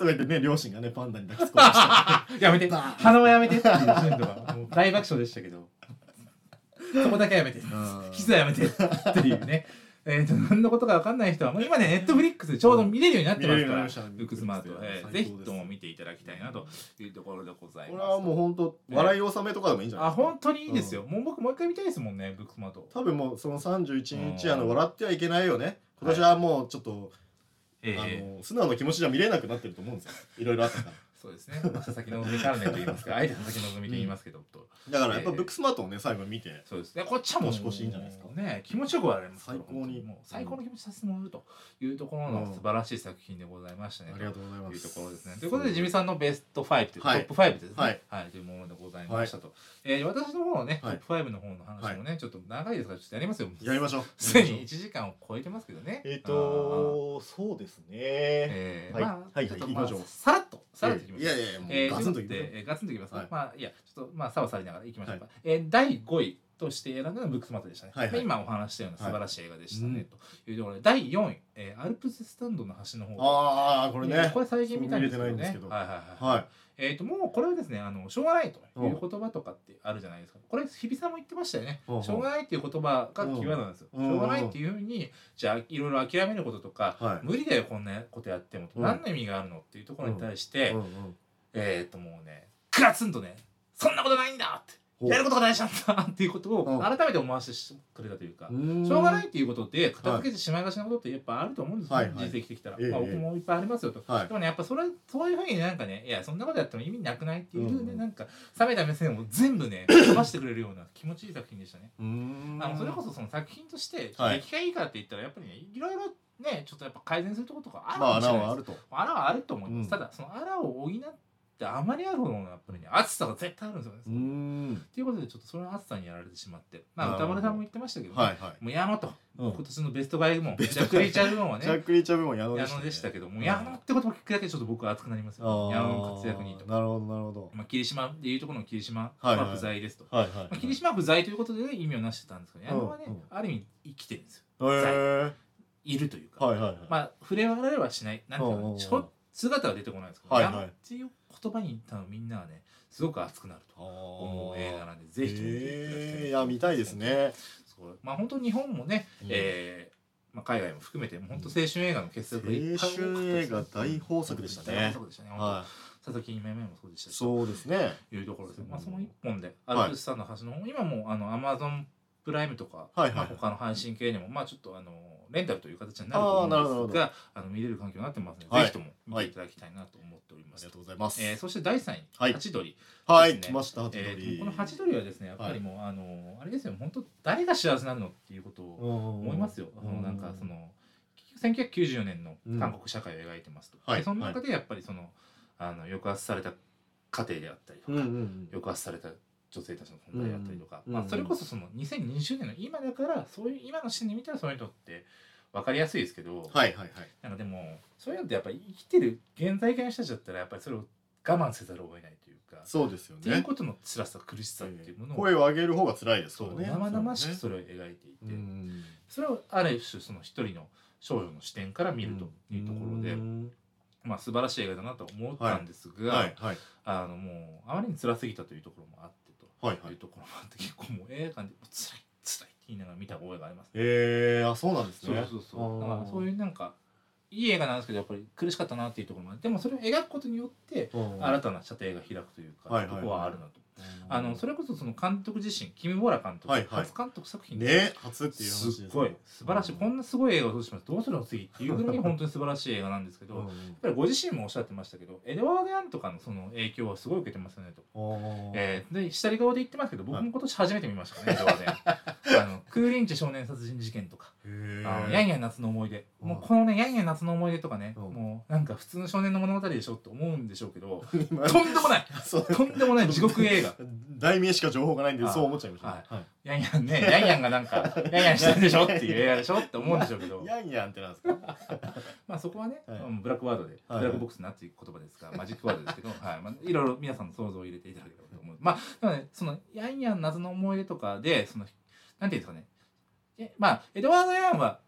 とか言ってね両親がねパンダに抱きつこうとしてやめて鼻はやめてっていうシーンとかもう大爆笑でしたけどそこだけやめてキスはやめてっていうねえー、と何のことか分かんない人はもう今ねネットフリックスでちょうど見れるようになってますから、ブックスマート、えー、ぜひとも見ていただきたいなというところでございます。 これはもう本当笑い納めとかでもいいんじゃないですか。 あ本当にいいですよ、うん、もう僕もう一回見たいですもんねブックスマート。 多分もうそのさんじゅういちにちあの笑ってはいけないよね今年はもうちょっと、はい、あの素直な気持ちじゃ見れなくなってると思うんですよいろいろあったからそうですね、佐々木希関連と言いますか、あえて佐々木希と言いますけど、うん、とだからやっぱブックスマートをね最後に見て、 そうですね、こっちはもう年越しいいんじゃないですかね、気持ちよく笑います最高にもう最高の気持ちさせてもらうというところの素晴らしい作品でございましたね、 ありがとうございますというところですね。ということでジミさんのベストファイブという、はい、トップファイブですね、はい、はい、というものでございましたと、はい、えー、私の方のね、はい、トップファイブの方の話もね、ちょっと長いですからちょっとやりますよ。 やりましょう。 すでにいちじかんを超えてますけどね。 えっとそうですね、 えー、まあはいはい、行きましょう。 さらっとさらっといきましょう。 いやいやいやもうガツンといきます。ガツンといきます。まあいやちょっとまあさわさりながらいきましょうか。えだいごいとして選んだのはブックスマートでしたね。はいはい、今お話したような素晴らしい映画でしたね、はい、というところでだいよんい、えー、アルプススタンドの端の方。 ああこれね。 これ最近見たんですけどね。 はいはいはい。はい、えーともうこれはですねあのしょうがないという言葉とかってあるじゃないですか。これ日比さんも言ってましたよね。しょうがないっていう言葉がキーワードなんですよ。しょうがないっていうふうにじゃあいろいろ諦めることとか、はい、無理だよこんなことやっても何の意味があるのっていうところに対して、えーともうねガツンとねそんなことないんだってやることが大事なんだっていうことを改めて思わせてくれたというか、しょうがないっていうことで片付けてしまいがちなことってやっぱあると思うんですよ、はい、人生生きてきたら、はい、まあ、僕もいっぱいありますよと、はい、でもねやっぱそれそういうふうになんかねいやそんなことやっても意味なくないっていうね、うん、なんか冷めた目線を全部ね飛ばしてくれるような気持ちいい作品でしたね。あのそれこそその作品として出来がいいかって言ったらやっぱりねいろいろねちょっとやっぱ改善するところとかあるかもしれないです。まあ、穴はあると穴はあると思います、うん、ただその穴を補ってあまりあるほどのやっぱりね暑さが絶対あるんですよね。うんということでちょっとその暑さにやられてしまってまあ歌丸さんも言ってましたけど、ね、はいはい、もう矢野と、うん、今年のベストガイ部門ジャック・リーチャー部門はねジャック・リーチャー部門矢野でした、ね、でしたけども矢野ってことを聞くだけでちょっと僕は熱くなりますよ、ね、矢野の活躍にと。 なるほどなるほど、 まあ、霧島でいうところの霧島は不在ですと、はいはいはい、まあ、霧島は不在ということで、ね、意味をなしてたんですけど矢野はね、うん、ある意味生きてるんですよ、在いるというか、はいはいはい、まあ触れられはしないなんていうのちょ姿は出てこないんですけど、はいはい、矢野っていう言葉に多分みんなはねすごく熱くなると思う映画なんでぜひとも見ていただきたい、 えー、いや見たいですね。 そうまあ本当日本もね、うん、えーまあ、海外も含めて本当青春映画の傑作がいっぱい青春映画大豊作でしたね。 大豊作でしたね。はい、佐々木めめもそうでしたし。 そうですね。 いうところです。まあその一本でアルプスさんの端の方、はい、今もあの Amazon プライムとか、はいはい、まあ、他の配信系でもまあちょっとあのレンタルという形になると思うんですが、あの見れる環境になってますので、はい、ぜひとも見ていただきたいなと思っております。 はい、ありがとうございます。 えー、そしてだいさんい、はい、ハチドリ、 はい、来ましたハチドリ。 えー、このハチドリはですねやっぱりもう、はい、あのあれですよ本当誰が幸せになるのっていうことを思いますよ。あのなんかそのせんきゅうひゃくきゅうじゅうよねんの韓国社会を描いてますと。うん、でその中でやっぱりそのあの抑圧された家庭であったりとか、うんうんうん、抑圧された女性たちの存在であったりとか、うんうん、まあ、それこそそのにせんにじゅうねんの今だからそういう今の視点で見たらそういうのって分かりやすいですけど、はいはいはい、なんかでもそういうのってやっぱり生きてる現在形の人たちだったらやっぱりそれを我慢せざるを得ないというか、 そうですよね。 っていうことの辛さ苦しさっていうものを、 声を上げる方が辛いですからね。 生々しくそれを描いていて、それをある種その一人の少女の視点から見るというところで、まあ素晴らしい映画だなと思ったんですが、はいはいはい、あのもうあまりに辛すぎたというところもあってと、はいはい、いうところもあって結構もう映画館で辛い辛いって言いながら見た覚えがあります。 えー、あそうなんですね。 そうそうそう。だからそういうなんかいい映画なんですけどやっぱり苦しかったなっていうところもあって、でもそれを描くことによって新たな射程が開くというか、はいはいはい、ところはあるなと。あのそれこそその監督自身キム・ボラ監督、はいはい、初監督作品ね初っていう話です、 すごい素晴らしい、うん、こんなすごい映画をどうしますどうするの次っていうぐらい本当に素晴らしい映画なんですけど、うん、やっぱりご自身もおっしゃってましたけどエドワード・ヤンとかのその影響はすごい受けてますよねと、えー、で下り顔で言ってますけど僕も今年初めて見ましたね、エドワード・ヤンあのクーリンチ少年殺人事件とかあのヤンヤン夏の思い出、もうこのねヤンヤン夏の思い出とかね、もうなんか普通の少年の物語でしょって思うんでしょうけどとんでもないとんでもない地獄映画題名しか情報がないんでそう思っちゃいました、ね、 はいはい、ヤンヤンねヤンヤンがなんかヤンヤンしてるでしょっていう映画でしょって思うんでしょうけどヤンヤンってなんですかまあそこはね、はい、ブラックワードで、はい、ブラックボックスなっていう言葉ですがマジックワードですけど、はいまあ、いろいろ皆さんの想像を入れていただければと思う。まあでもねそのヤンヤン謎の思い出とかでそのなんていうんですかねえまあエドワード・ヤンは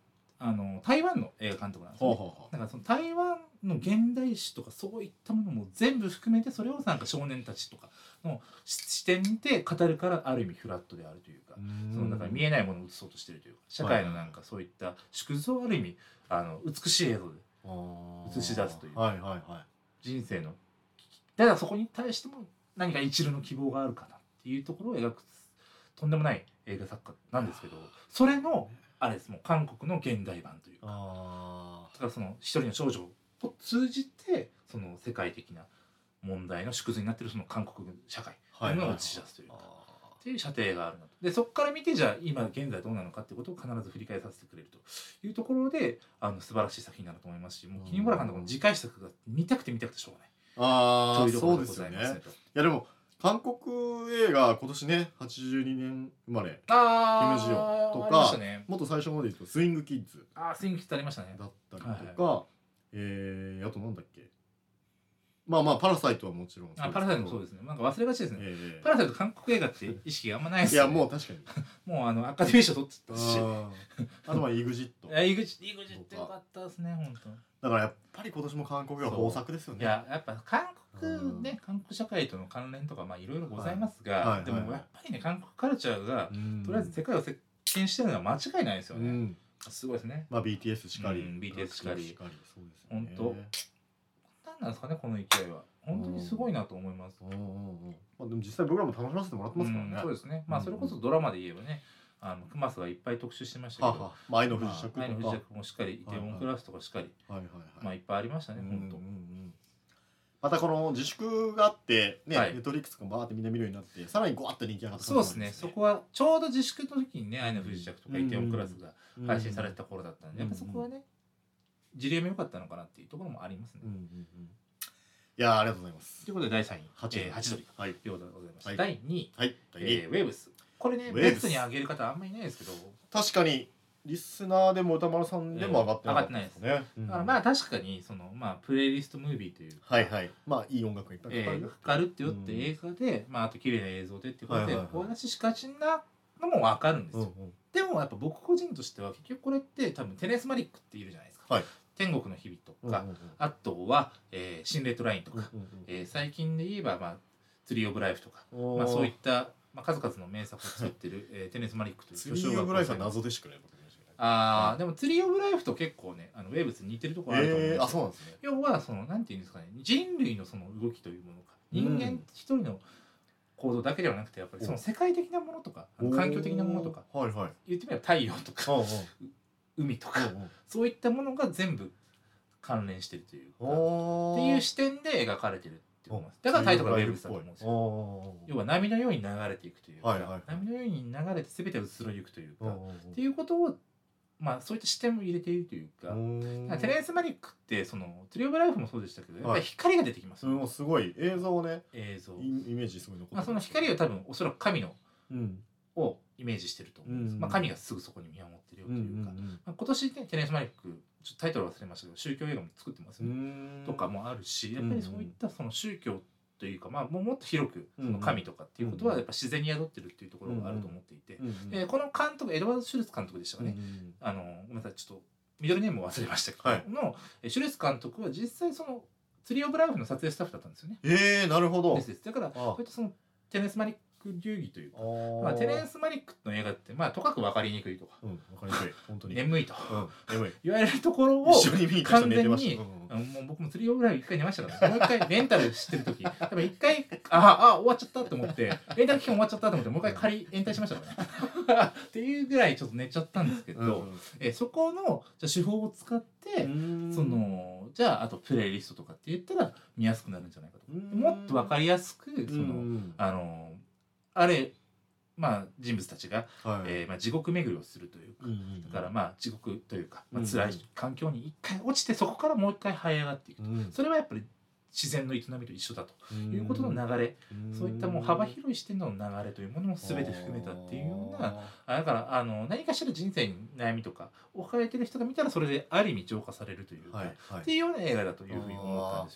あの台湾の映画監督なんですよ、ね、 ほうほうほうだからその台湾の現代史とかそういったものも全部含めてそれをなんか少年たちとかの視点で語るからある意味フラットであるというか、そのだから見えないものを映そうとしてるというか社会のなんかそういった縮図をある意味あの美しい映像で映し出すという、 はいはいはい、 人生のただそこに対しても何か一縷の希望があるかなっていうところを描くとんでもない映画作家なんですけど、それのあれですもう韓国の現代版というか、 あだからその一人の少女を通じてその世界的な問題の縮図になっているその韓国社会というのを映し出すというか、っていう射程があるなと。でそこから見てじゃあ今現在どうなのかっていうことを必ず振り返させてくれるというところであの素晴らしい作品になると思いますし、もうキニモラ監督の次回作が見たくて見たくてしょうがないあというところでそうですよね。 ございますねと。 いやでも韓国映画今年ねはちじゅうにねん生まれあキム・ジヨンとありましか、 たね、 もっと最初まで言うとスイングキッズああスイングキッズありましたねだったりとか、えーあとなんだっけ、まあまあパラサイトはもちろんそうですけど、 あパラサイトもそうですね、なんか忘れがちですね、 えパラサイト韓国映画って意識あんまないでーいやすよね。 もう確かにもうあのアカデミー賞取ってたし、 あーあとは イグジットいや、井口、井口ってよかったですね、本当。 だからやっぱり今年も韓国は豊作ですよね。 いや、やっぱ韓国ね、韓国社会との関連とか、まあいろいろございますが、 はいはいでもやっぱりね、韓国カルチャーが、 うんとりあえず世界を席巻してるのは間違いないですよね。 うんすごいですね。 まあ ビーティーエス しかり、 うん ビーティーエス しかりそうですよね。 本何なんですかね、この勢いは。本当にすごいなと思います。 うんうんうんまあでも実際僕らも楽しませてもらってますからね。 うんそうですね。まあそれこそドラマで言えばね、あのクマスがいっぱい特集してましたけど、 ははまあ愛の不時着とか、 まあ愛の不時着もしっかり、イテウォンクラスとかしっかり、 はいはいまあいっぱいありましたね、本当。 うんうんうんまたこの自粛があってね、 はいネットフリックスとかバーってみんな見るようになってさらにゴワッと人気上がったそうですね、そこはちょうど自粛の時にね、愛の不時着とかイテウォンクラスがうん配信された頃だったんで、やっぱそこはね、事例も良かったのかなっていうところもありますね。 うんうんうんいやーありがとうございます。 ということでだいさんい、 ハチドリえーハチドリはいようでございました。 はいだいにい、 はい第二位えーウェーブス。これね、 ウェーブスベストに上げる方あんまりいないですけど、 確かにリスナーでも歌丸さんでも上がってなかったですね。うんだからまあ確かにその、まあ、プレイリストムービーというか、 はいはいまあいい音楽がいっぱいえー、 かかるかかるってよって映画で、まあ、あと綺麗な映像でっていうことではいはいはいお話ししがちなのも分かるんですよ、 うんうんでもやっぱ僕個人としては結局これって多分テレス・マリックっているじゃないですか、 はい天国の日々とか、 うんうんうんあとは、えー、新レッドラインとか、 うんうんえー最近で言えば、まあ、ツリー・オブ・ライフとか、 うんまあ、そういった、まあ、数々の名作を作ってる、えーテネス・マリックというツリーオブライフは謎でしくね僕あーでもツリー・オブ・ライフと結構ねあのウェーブスに似てるところあると思うんですえー、 よ、 あそうなんですね。 要はそのなんていうんですかね人類のその動きというものか人間一人の行動だけではなくてやっぱりその世界的なものとかあの環境的なものとかおーはいはい。 言ってみれば太陽とかうんうん海とかうんうんそういったものが全部関連してるというかおーっていう視点で描かれてるって思います。だからタイトルがウェーブスだと思うんですよ。 よ要は波のように流れていくというか、 はいはいはい波のように流れて全てを移ろゆくというか、っっていうことをまあそういった視点も入れているというか、だからテレンス・マリックってそのトリオブライフもそうでしたけどやっぱり光が出てきますよね、 もうすごい映像をね映像。 イイメージすごい残ってまあ、その光は多分おそらく神のうんをイメージしてると思うんです。 うんまあ、神がすぐそこに見守ってるよというか、まあ、今年ねテレンス・マリックちょっとタイトル忘れましたけど宗教映画も作ってますよね、とかもあるしやっぱりそういったその宗教というか、まあ、もうもっと広くその神とかっていうことはやっぱ自然に宿ってるっていうところがあると思っていて、えーこの監督エドワード・シュルツ監督でしたかね、あのごめんなさいちょっとミドルネームを忘れましたけど、 はいのえーシュルツ監督は実際そのツリー・オブ・ライフの撮影スタッフだったんですよね。 えー、なるほどですですだからこういったそのテレンス・マリック流儀というか、ままあ、テレンス・マリックの映画ってまあとかく分かりにくいとかうんわかりにくい本当に眠いとうん眠い言われるところを一緒に見に行った人完全に寝てましたあのもう僕もツリーオブライフ一回寝ましたから、ね、もう一回レンタルしてる時多分一回ああ終わっちゃったと思ってレンタル期間終わっちゃったと思ってもう一回仮延滞しましたからねっていうぐらいちょっと寝ちゃったんですけど、 うんえそこのじゃあ手法を使って、 うんそのじゃああとプレイリストとかって言ったら見やすくなるんじゃないかと、 うんもっと分かりやすくその、 うんあのあれまあ人物たちが、 はいえーまあ、地獄巡りをするというか、 うんだからまあ地獄というか、まあうん辛い環境に一回落ちてそこからもう一回這い上がっていくと、 うんそれはやっぱり自然の営みと一緒だということの流れ、そういったもう幅広い視点の流れというものも全て含めたっていうようなあだからあの何かしら人生に悩みとかを抱えてる人が見たらそれである意味浄化されるというか、 はいはいっていうような映画だというふうに思ったんですよね。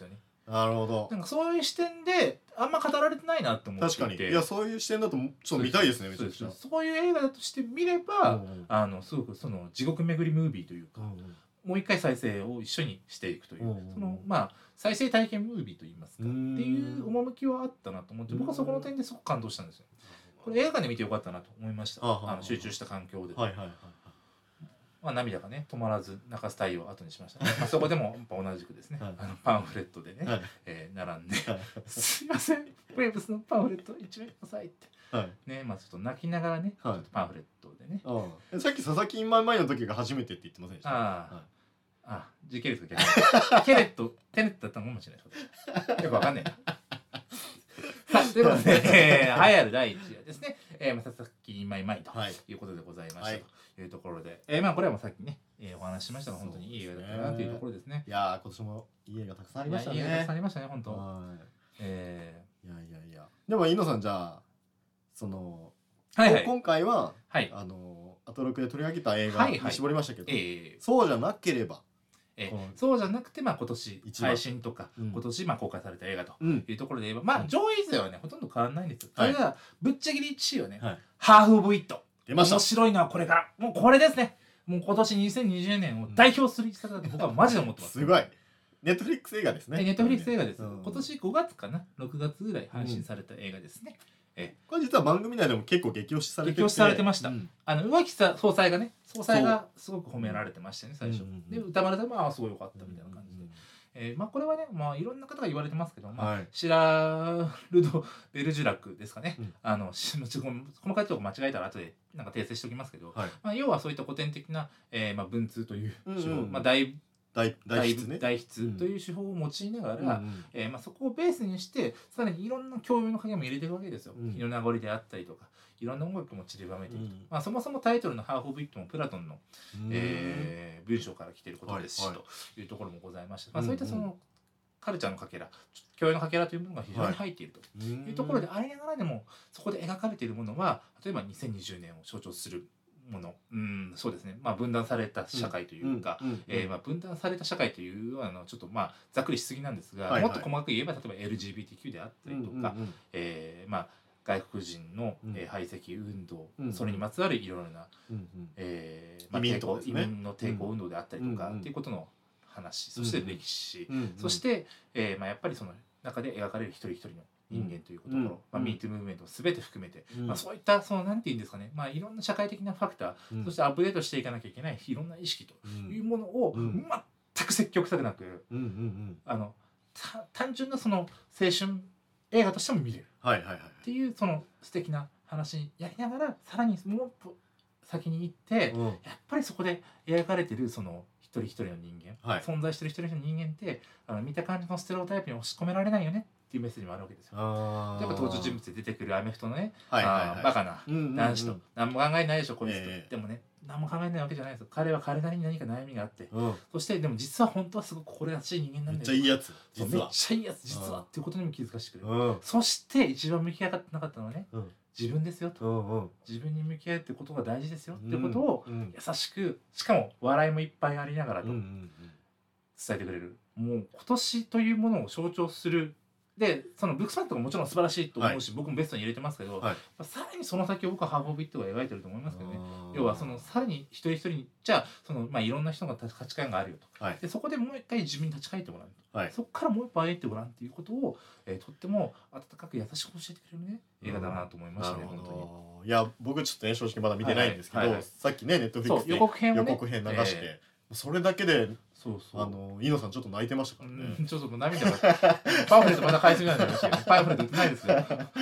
なるほど。 なんかそういう視点であんま語られてないなって思っていて、 確かに。いや、そういう視点だとちょっと見たいですね、めちゃくちゃ。 そういう映画だとして見れば、 うんうん、 あのすごくその地獄巡りムービーというか、 うんうん、 もう一回再生を一緒にしていくという、 うんうん、 そのまあ再生体験ムービーといいますかってうんいう趣はあったなと思って、僕はそこの点ですごく感動したんですよ。これ映画館で見てよかったなと思いました。あの集中した環境で、 はいはいはい、 まあ、涙がね止まらず泣かす太陽を後にしましたね。まあそこでもやっぱ同じくですね、はい、あのパンフレットでね、はい、えー、並んで「すいませんウェーブスのパンフレット一枚ください」って、はい、ね、まあちょっと泣きながらね、はい、ちょっとパンフレットでね、 うん、さっき佐々木前々の時が初めてって言ってませんでした？ ああ、はい、あ、時系列が逆にケレットテネットだったのかもしれない。よくわかんないな。さあということで、えー、栄えある第一位はですね、えー、佐々木マイマイということでございました、はい、というところで、えー、まあこれはもうさっきね、えー、お話ししましたが本当にいい映画だったなというところですね。 いやー今年もいい映画たくさんありましたね。 いい映画たくさんありましたね本当。 はい、 えー、 いやいやいや。でも井野さんじゃあその、 はいはい、 今回は、はい、あのアトロクで取り上げた映画に絞りましたけど、はいはい、えー、そうじゃなければ。 えー、そうじゃなくて、まあ、今年配信とか、うん、今年まあ公開された映画というところで言えば、うん、まあ上位勢はねほとんど変わらないんですよ。ただ、はい、ぶっちゃけいちいはね、はい、ハーフ・オブ・イット出ました。面白いのはこれからもうこれですね。もう今年にせんにじゅうねんを代表する一作だと僕はマジで思ってます。 すごい。ネットフリックス映画ですね。 ネットフリックス映画です。うん、今年ごがつかな、ろくがつぐらい配信された映画ですね。うん、えこれ実は番組内でも結構激推しされてて、 激推しされてました。うん、あの浮気さ総裁がね、総裁がすごく褒められてましたね最初。で歌丸さんもああすごい良かったみたいな感じで。えー、まあこれはね、まあいろんな方が言われてますけど、まあはい、シラルド・ベルジュラクですかね。うん、あの細かいところ間違えたら後でなんか訂正しておきますけど、はい、まあ要はそういった古典的な、えー、まあ文通という手法、うんうん、まあ大代筆ね、 代筆という手法を用いながら、うんうん、えーまあ、そこをベースにしてさらにいろんな共有の影も入れていくわけですよ。日の名残であったりとかいろんな音楽も散りばめていくと、うん、まあ、そもそもタイトルのハーフ・オブ・イットもプラトンの、えー、文章から来ていることですし、はいはい、というところもございまして、まあ、そういったその、うんうん、カルチャーのかけら共有のかけらというものが非常に入っているというところでありながらでもそこで描かれているものは例えばにせんにじゅうねんを象徴するもの、うん、そうですね、まあ、分断された社会というか分断された社会というあのちょっとまあざっくりしすぎなんですが、はいはい、もっと細かく言えば例えば エルジービーティーキュー であったりとか、うんうんうん、えー、まあ外国人の、うん、えー、排斥運動、うん、それにまつわるいろいろな、うんうん、えーまあ、移民とですね、移民の抵抗運動であったりとか、うん、っていうことの話、そして歴史、うんうん、そして、えーまあ、やっぱりその中で描かれる一人一人の人間というところ、うん、まあ、ミートゥームーブメントを全て含めて、うん、まあ、そういったそのなんていうんですかね、まあ、いろんな社会的なファクター、うん、そしてアップデートしていかなきゃいけないいろんな意識というものを、うん、全く積極臭くなく、うんうんうん、あの単純なその青春映画としても見れる、はいはいはい、っていうその素敵な話やりながらさらにもっと先に行って、うん、やっぱりそこで描かれてるその一人一人の人間、はい、存在してる一人一人の人間ってあの見た感じのステレオタイプに押し込められないよねっていうメッセージもあるわけですよ。やっぱ登場人物で出てくるアメフトのね、はいはいはい、あバカな男子と、うんうんうん、何も考えないでしょこいつと、えー、でもね何も考えないわけじゃないですよ。彼は彼なりに何か悩みがあって、うん、そしてでも実は本当はすごく心優しい人間なんだよ。 めっちゃいいやつ実はめっちゃいいやつ実はっていうことにも気づかせてくれる、うん、そして一番向き合ってなかったのはね、うん、自分ですよと、うんうん、自分に向き合うってことが大事ですよってことを優しく、しかも笑いもいっぱいありながらと伝えてくれる、もう今年というものを象徴する。でそのブックスマットがもちろん素晴らしいと思うし、はい、僕もベストに入れてますけど、はい、さらにその先を僕はハーフ・オブ・イットが描いてると思いますけどね。要はそのさらに一人一人にじゃあその、まあ、いろんな人が価値観があるよと、はい、でそこでもう一回自分に立ち返ってごらんと、はい、そこからもう一歩歩いてごらんっていうことを、えー、とっても温かく優しく教えてくれるね映画だなと思いましたね。本当にいや僕ちょっとね正直まだ見てないんですけど、はいはいはい、さっきねネットフリックスで予告編を、ね、予告編流して、えー、それだけでそうそうあの井野さんちょっと泣いてましたからね、 うん、ちょっともう涙がパンフレットまた買いすぎなんだよパンフレット売ってないですよ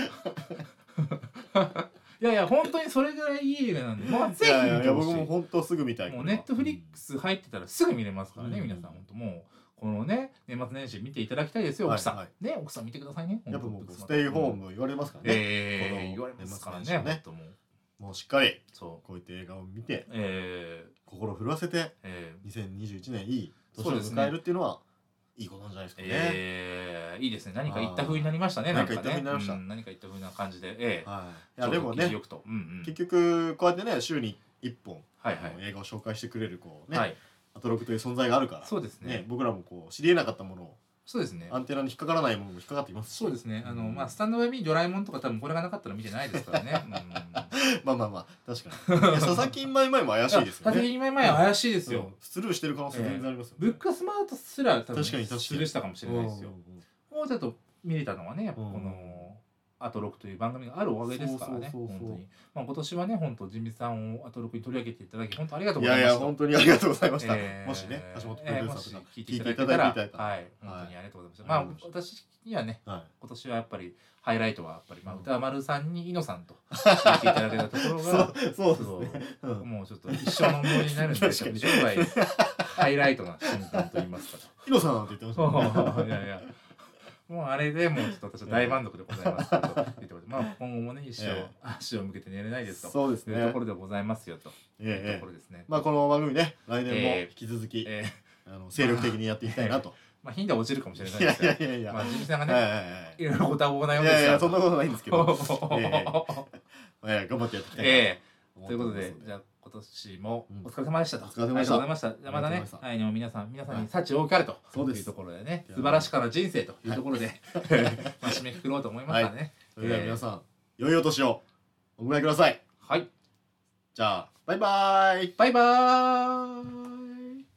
いやいや本当にそれぐらいいい映画なんで、まあ、ぜひ見てほしい。いやいや僕も本当すぐ見たい。もうネットフリックス入ってたらすぐ見れますからね、うん、皆さん本当もうこのね年末年始見ていただきたいですよ、奥さん、はいはい、ね奥さん見てくださいね。 やっぱもうステイホーム言われますからね、 えー、言われますからね、本当もうもうしっかりそうこういった映画を見て、えー、心震わせて、えー、にせんにじゅういちねんいい年を迎えるっていうのはいいことなんじゃないですかね。 えー、いいですね。何か言った風になりましたね。 何か言った風になりました。 うん、何か言った風な感じで、えー、 はい。いやでもね、うんうん、結局こうやってね週にいっぽん、はいはい、映画を紹介してくれるこうね、はい、アトロクという存在があるから、 そうですね。 ね僕らもこう知り得なかったものをそうですね。 アンテナに引っかからないものも引っかかっていますし。 そうですね。あのまあスタンドバイミードラえもんとか多分これがなかったら見てないですからね。うん、 まあまあまあ確かに。いや佐々木前々も怪しいですよ佐々 ね。 木前々は怪しいですよ。 うんスルーしてる可能性全然ありますよ。 ブックスマートすら多分確かに確かにスルーしたかもしれないですよ。もうちょっと見れたのはね、やっぱこのアトロクという番組があるおかげですからね。 そうそうそうそう本当に。まあ今年はね、本当ジミさんをアトロクに取り上げていただき本当ありがとういございました。 やいや本当にありがとうございました。 えーもしね橋本プロデューサーとかえーもし聞いて聞いていたいただけたらだいていただいはい、本当にありがとうございました。 はいまあ私にはね、 た。はい。 今年はやっぱりハイライトはやっぱりまあうん歌丸さんにイノさんと言っていただけたところがそうそうですね。 そうもうちょっと一生の思い出になるんで確かに生涯ハイライトな瞬間と言いますか。 ヒロさんって言ってましたね。 いやいやもうあれでもうちょっと私は大満足でございますと言ってます。まあ今後もね一生ええ足を向けて寝れないですとそうですねいうとこ。ろでございますよというええところですね。 まあこの番組ね来年もええ引き続きえーあの精力的にやっていきたいなと。 まあ頻度は落ちるかもしれないいやいですけどやいやいや。 まあジミさんがねはいはいはいいろいろご多忙なよういですからやいやそんなことないんですけど。えええええ頑張ってやっていきたいなえとということで思ってますのじゃあ今年もうんお疲れ様でしたと。 お疲れ様でしたありがとうございました。じゃあまたねありがとうございましたはいでも皆さん皆さんに幸多かれとそうですいうところでねいや素晴らしかな人生というところでまあ締めくくろうと思いますからね。 それでは皆さん良いお年をお迎えください。 はい。 じゃあバイバーイ。 バイバーイ。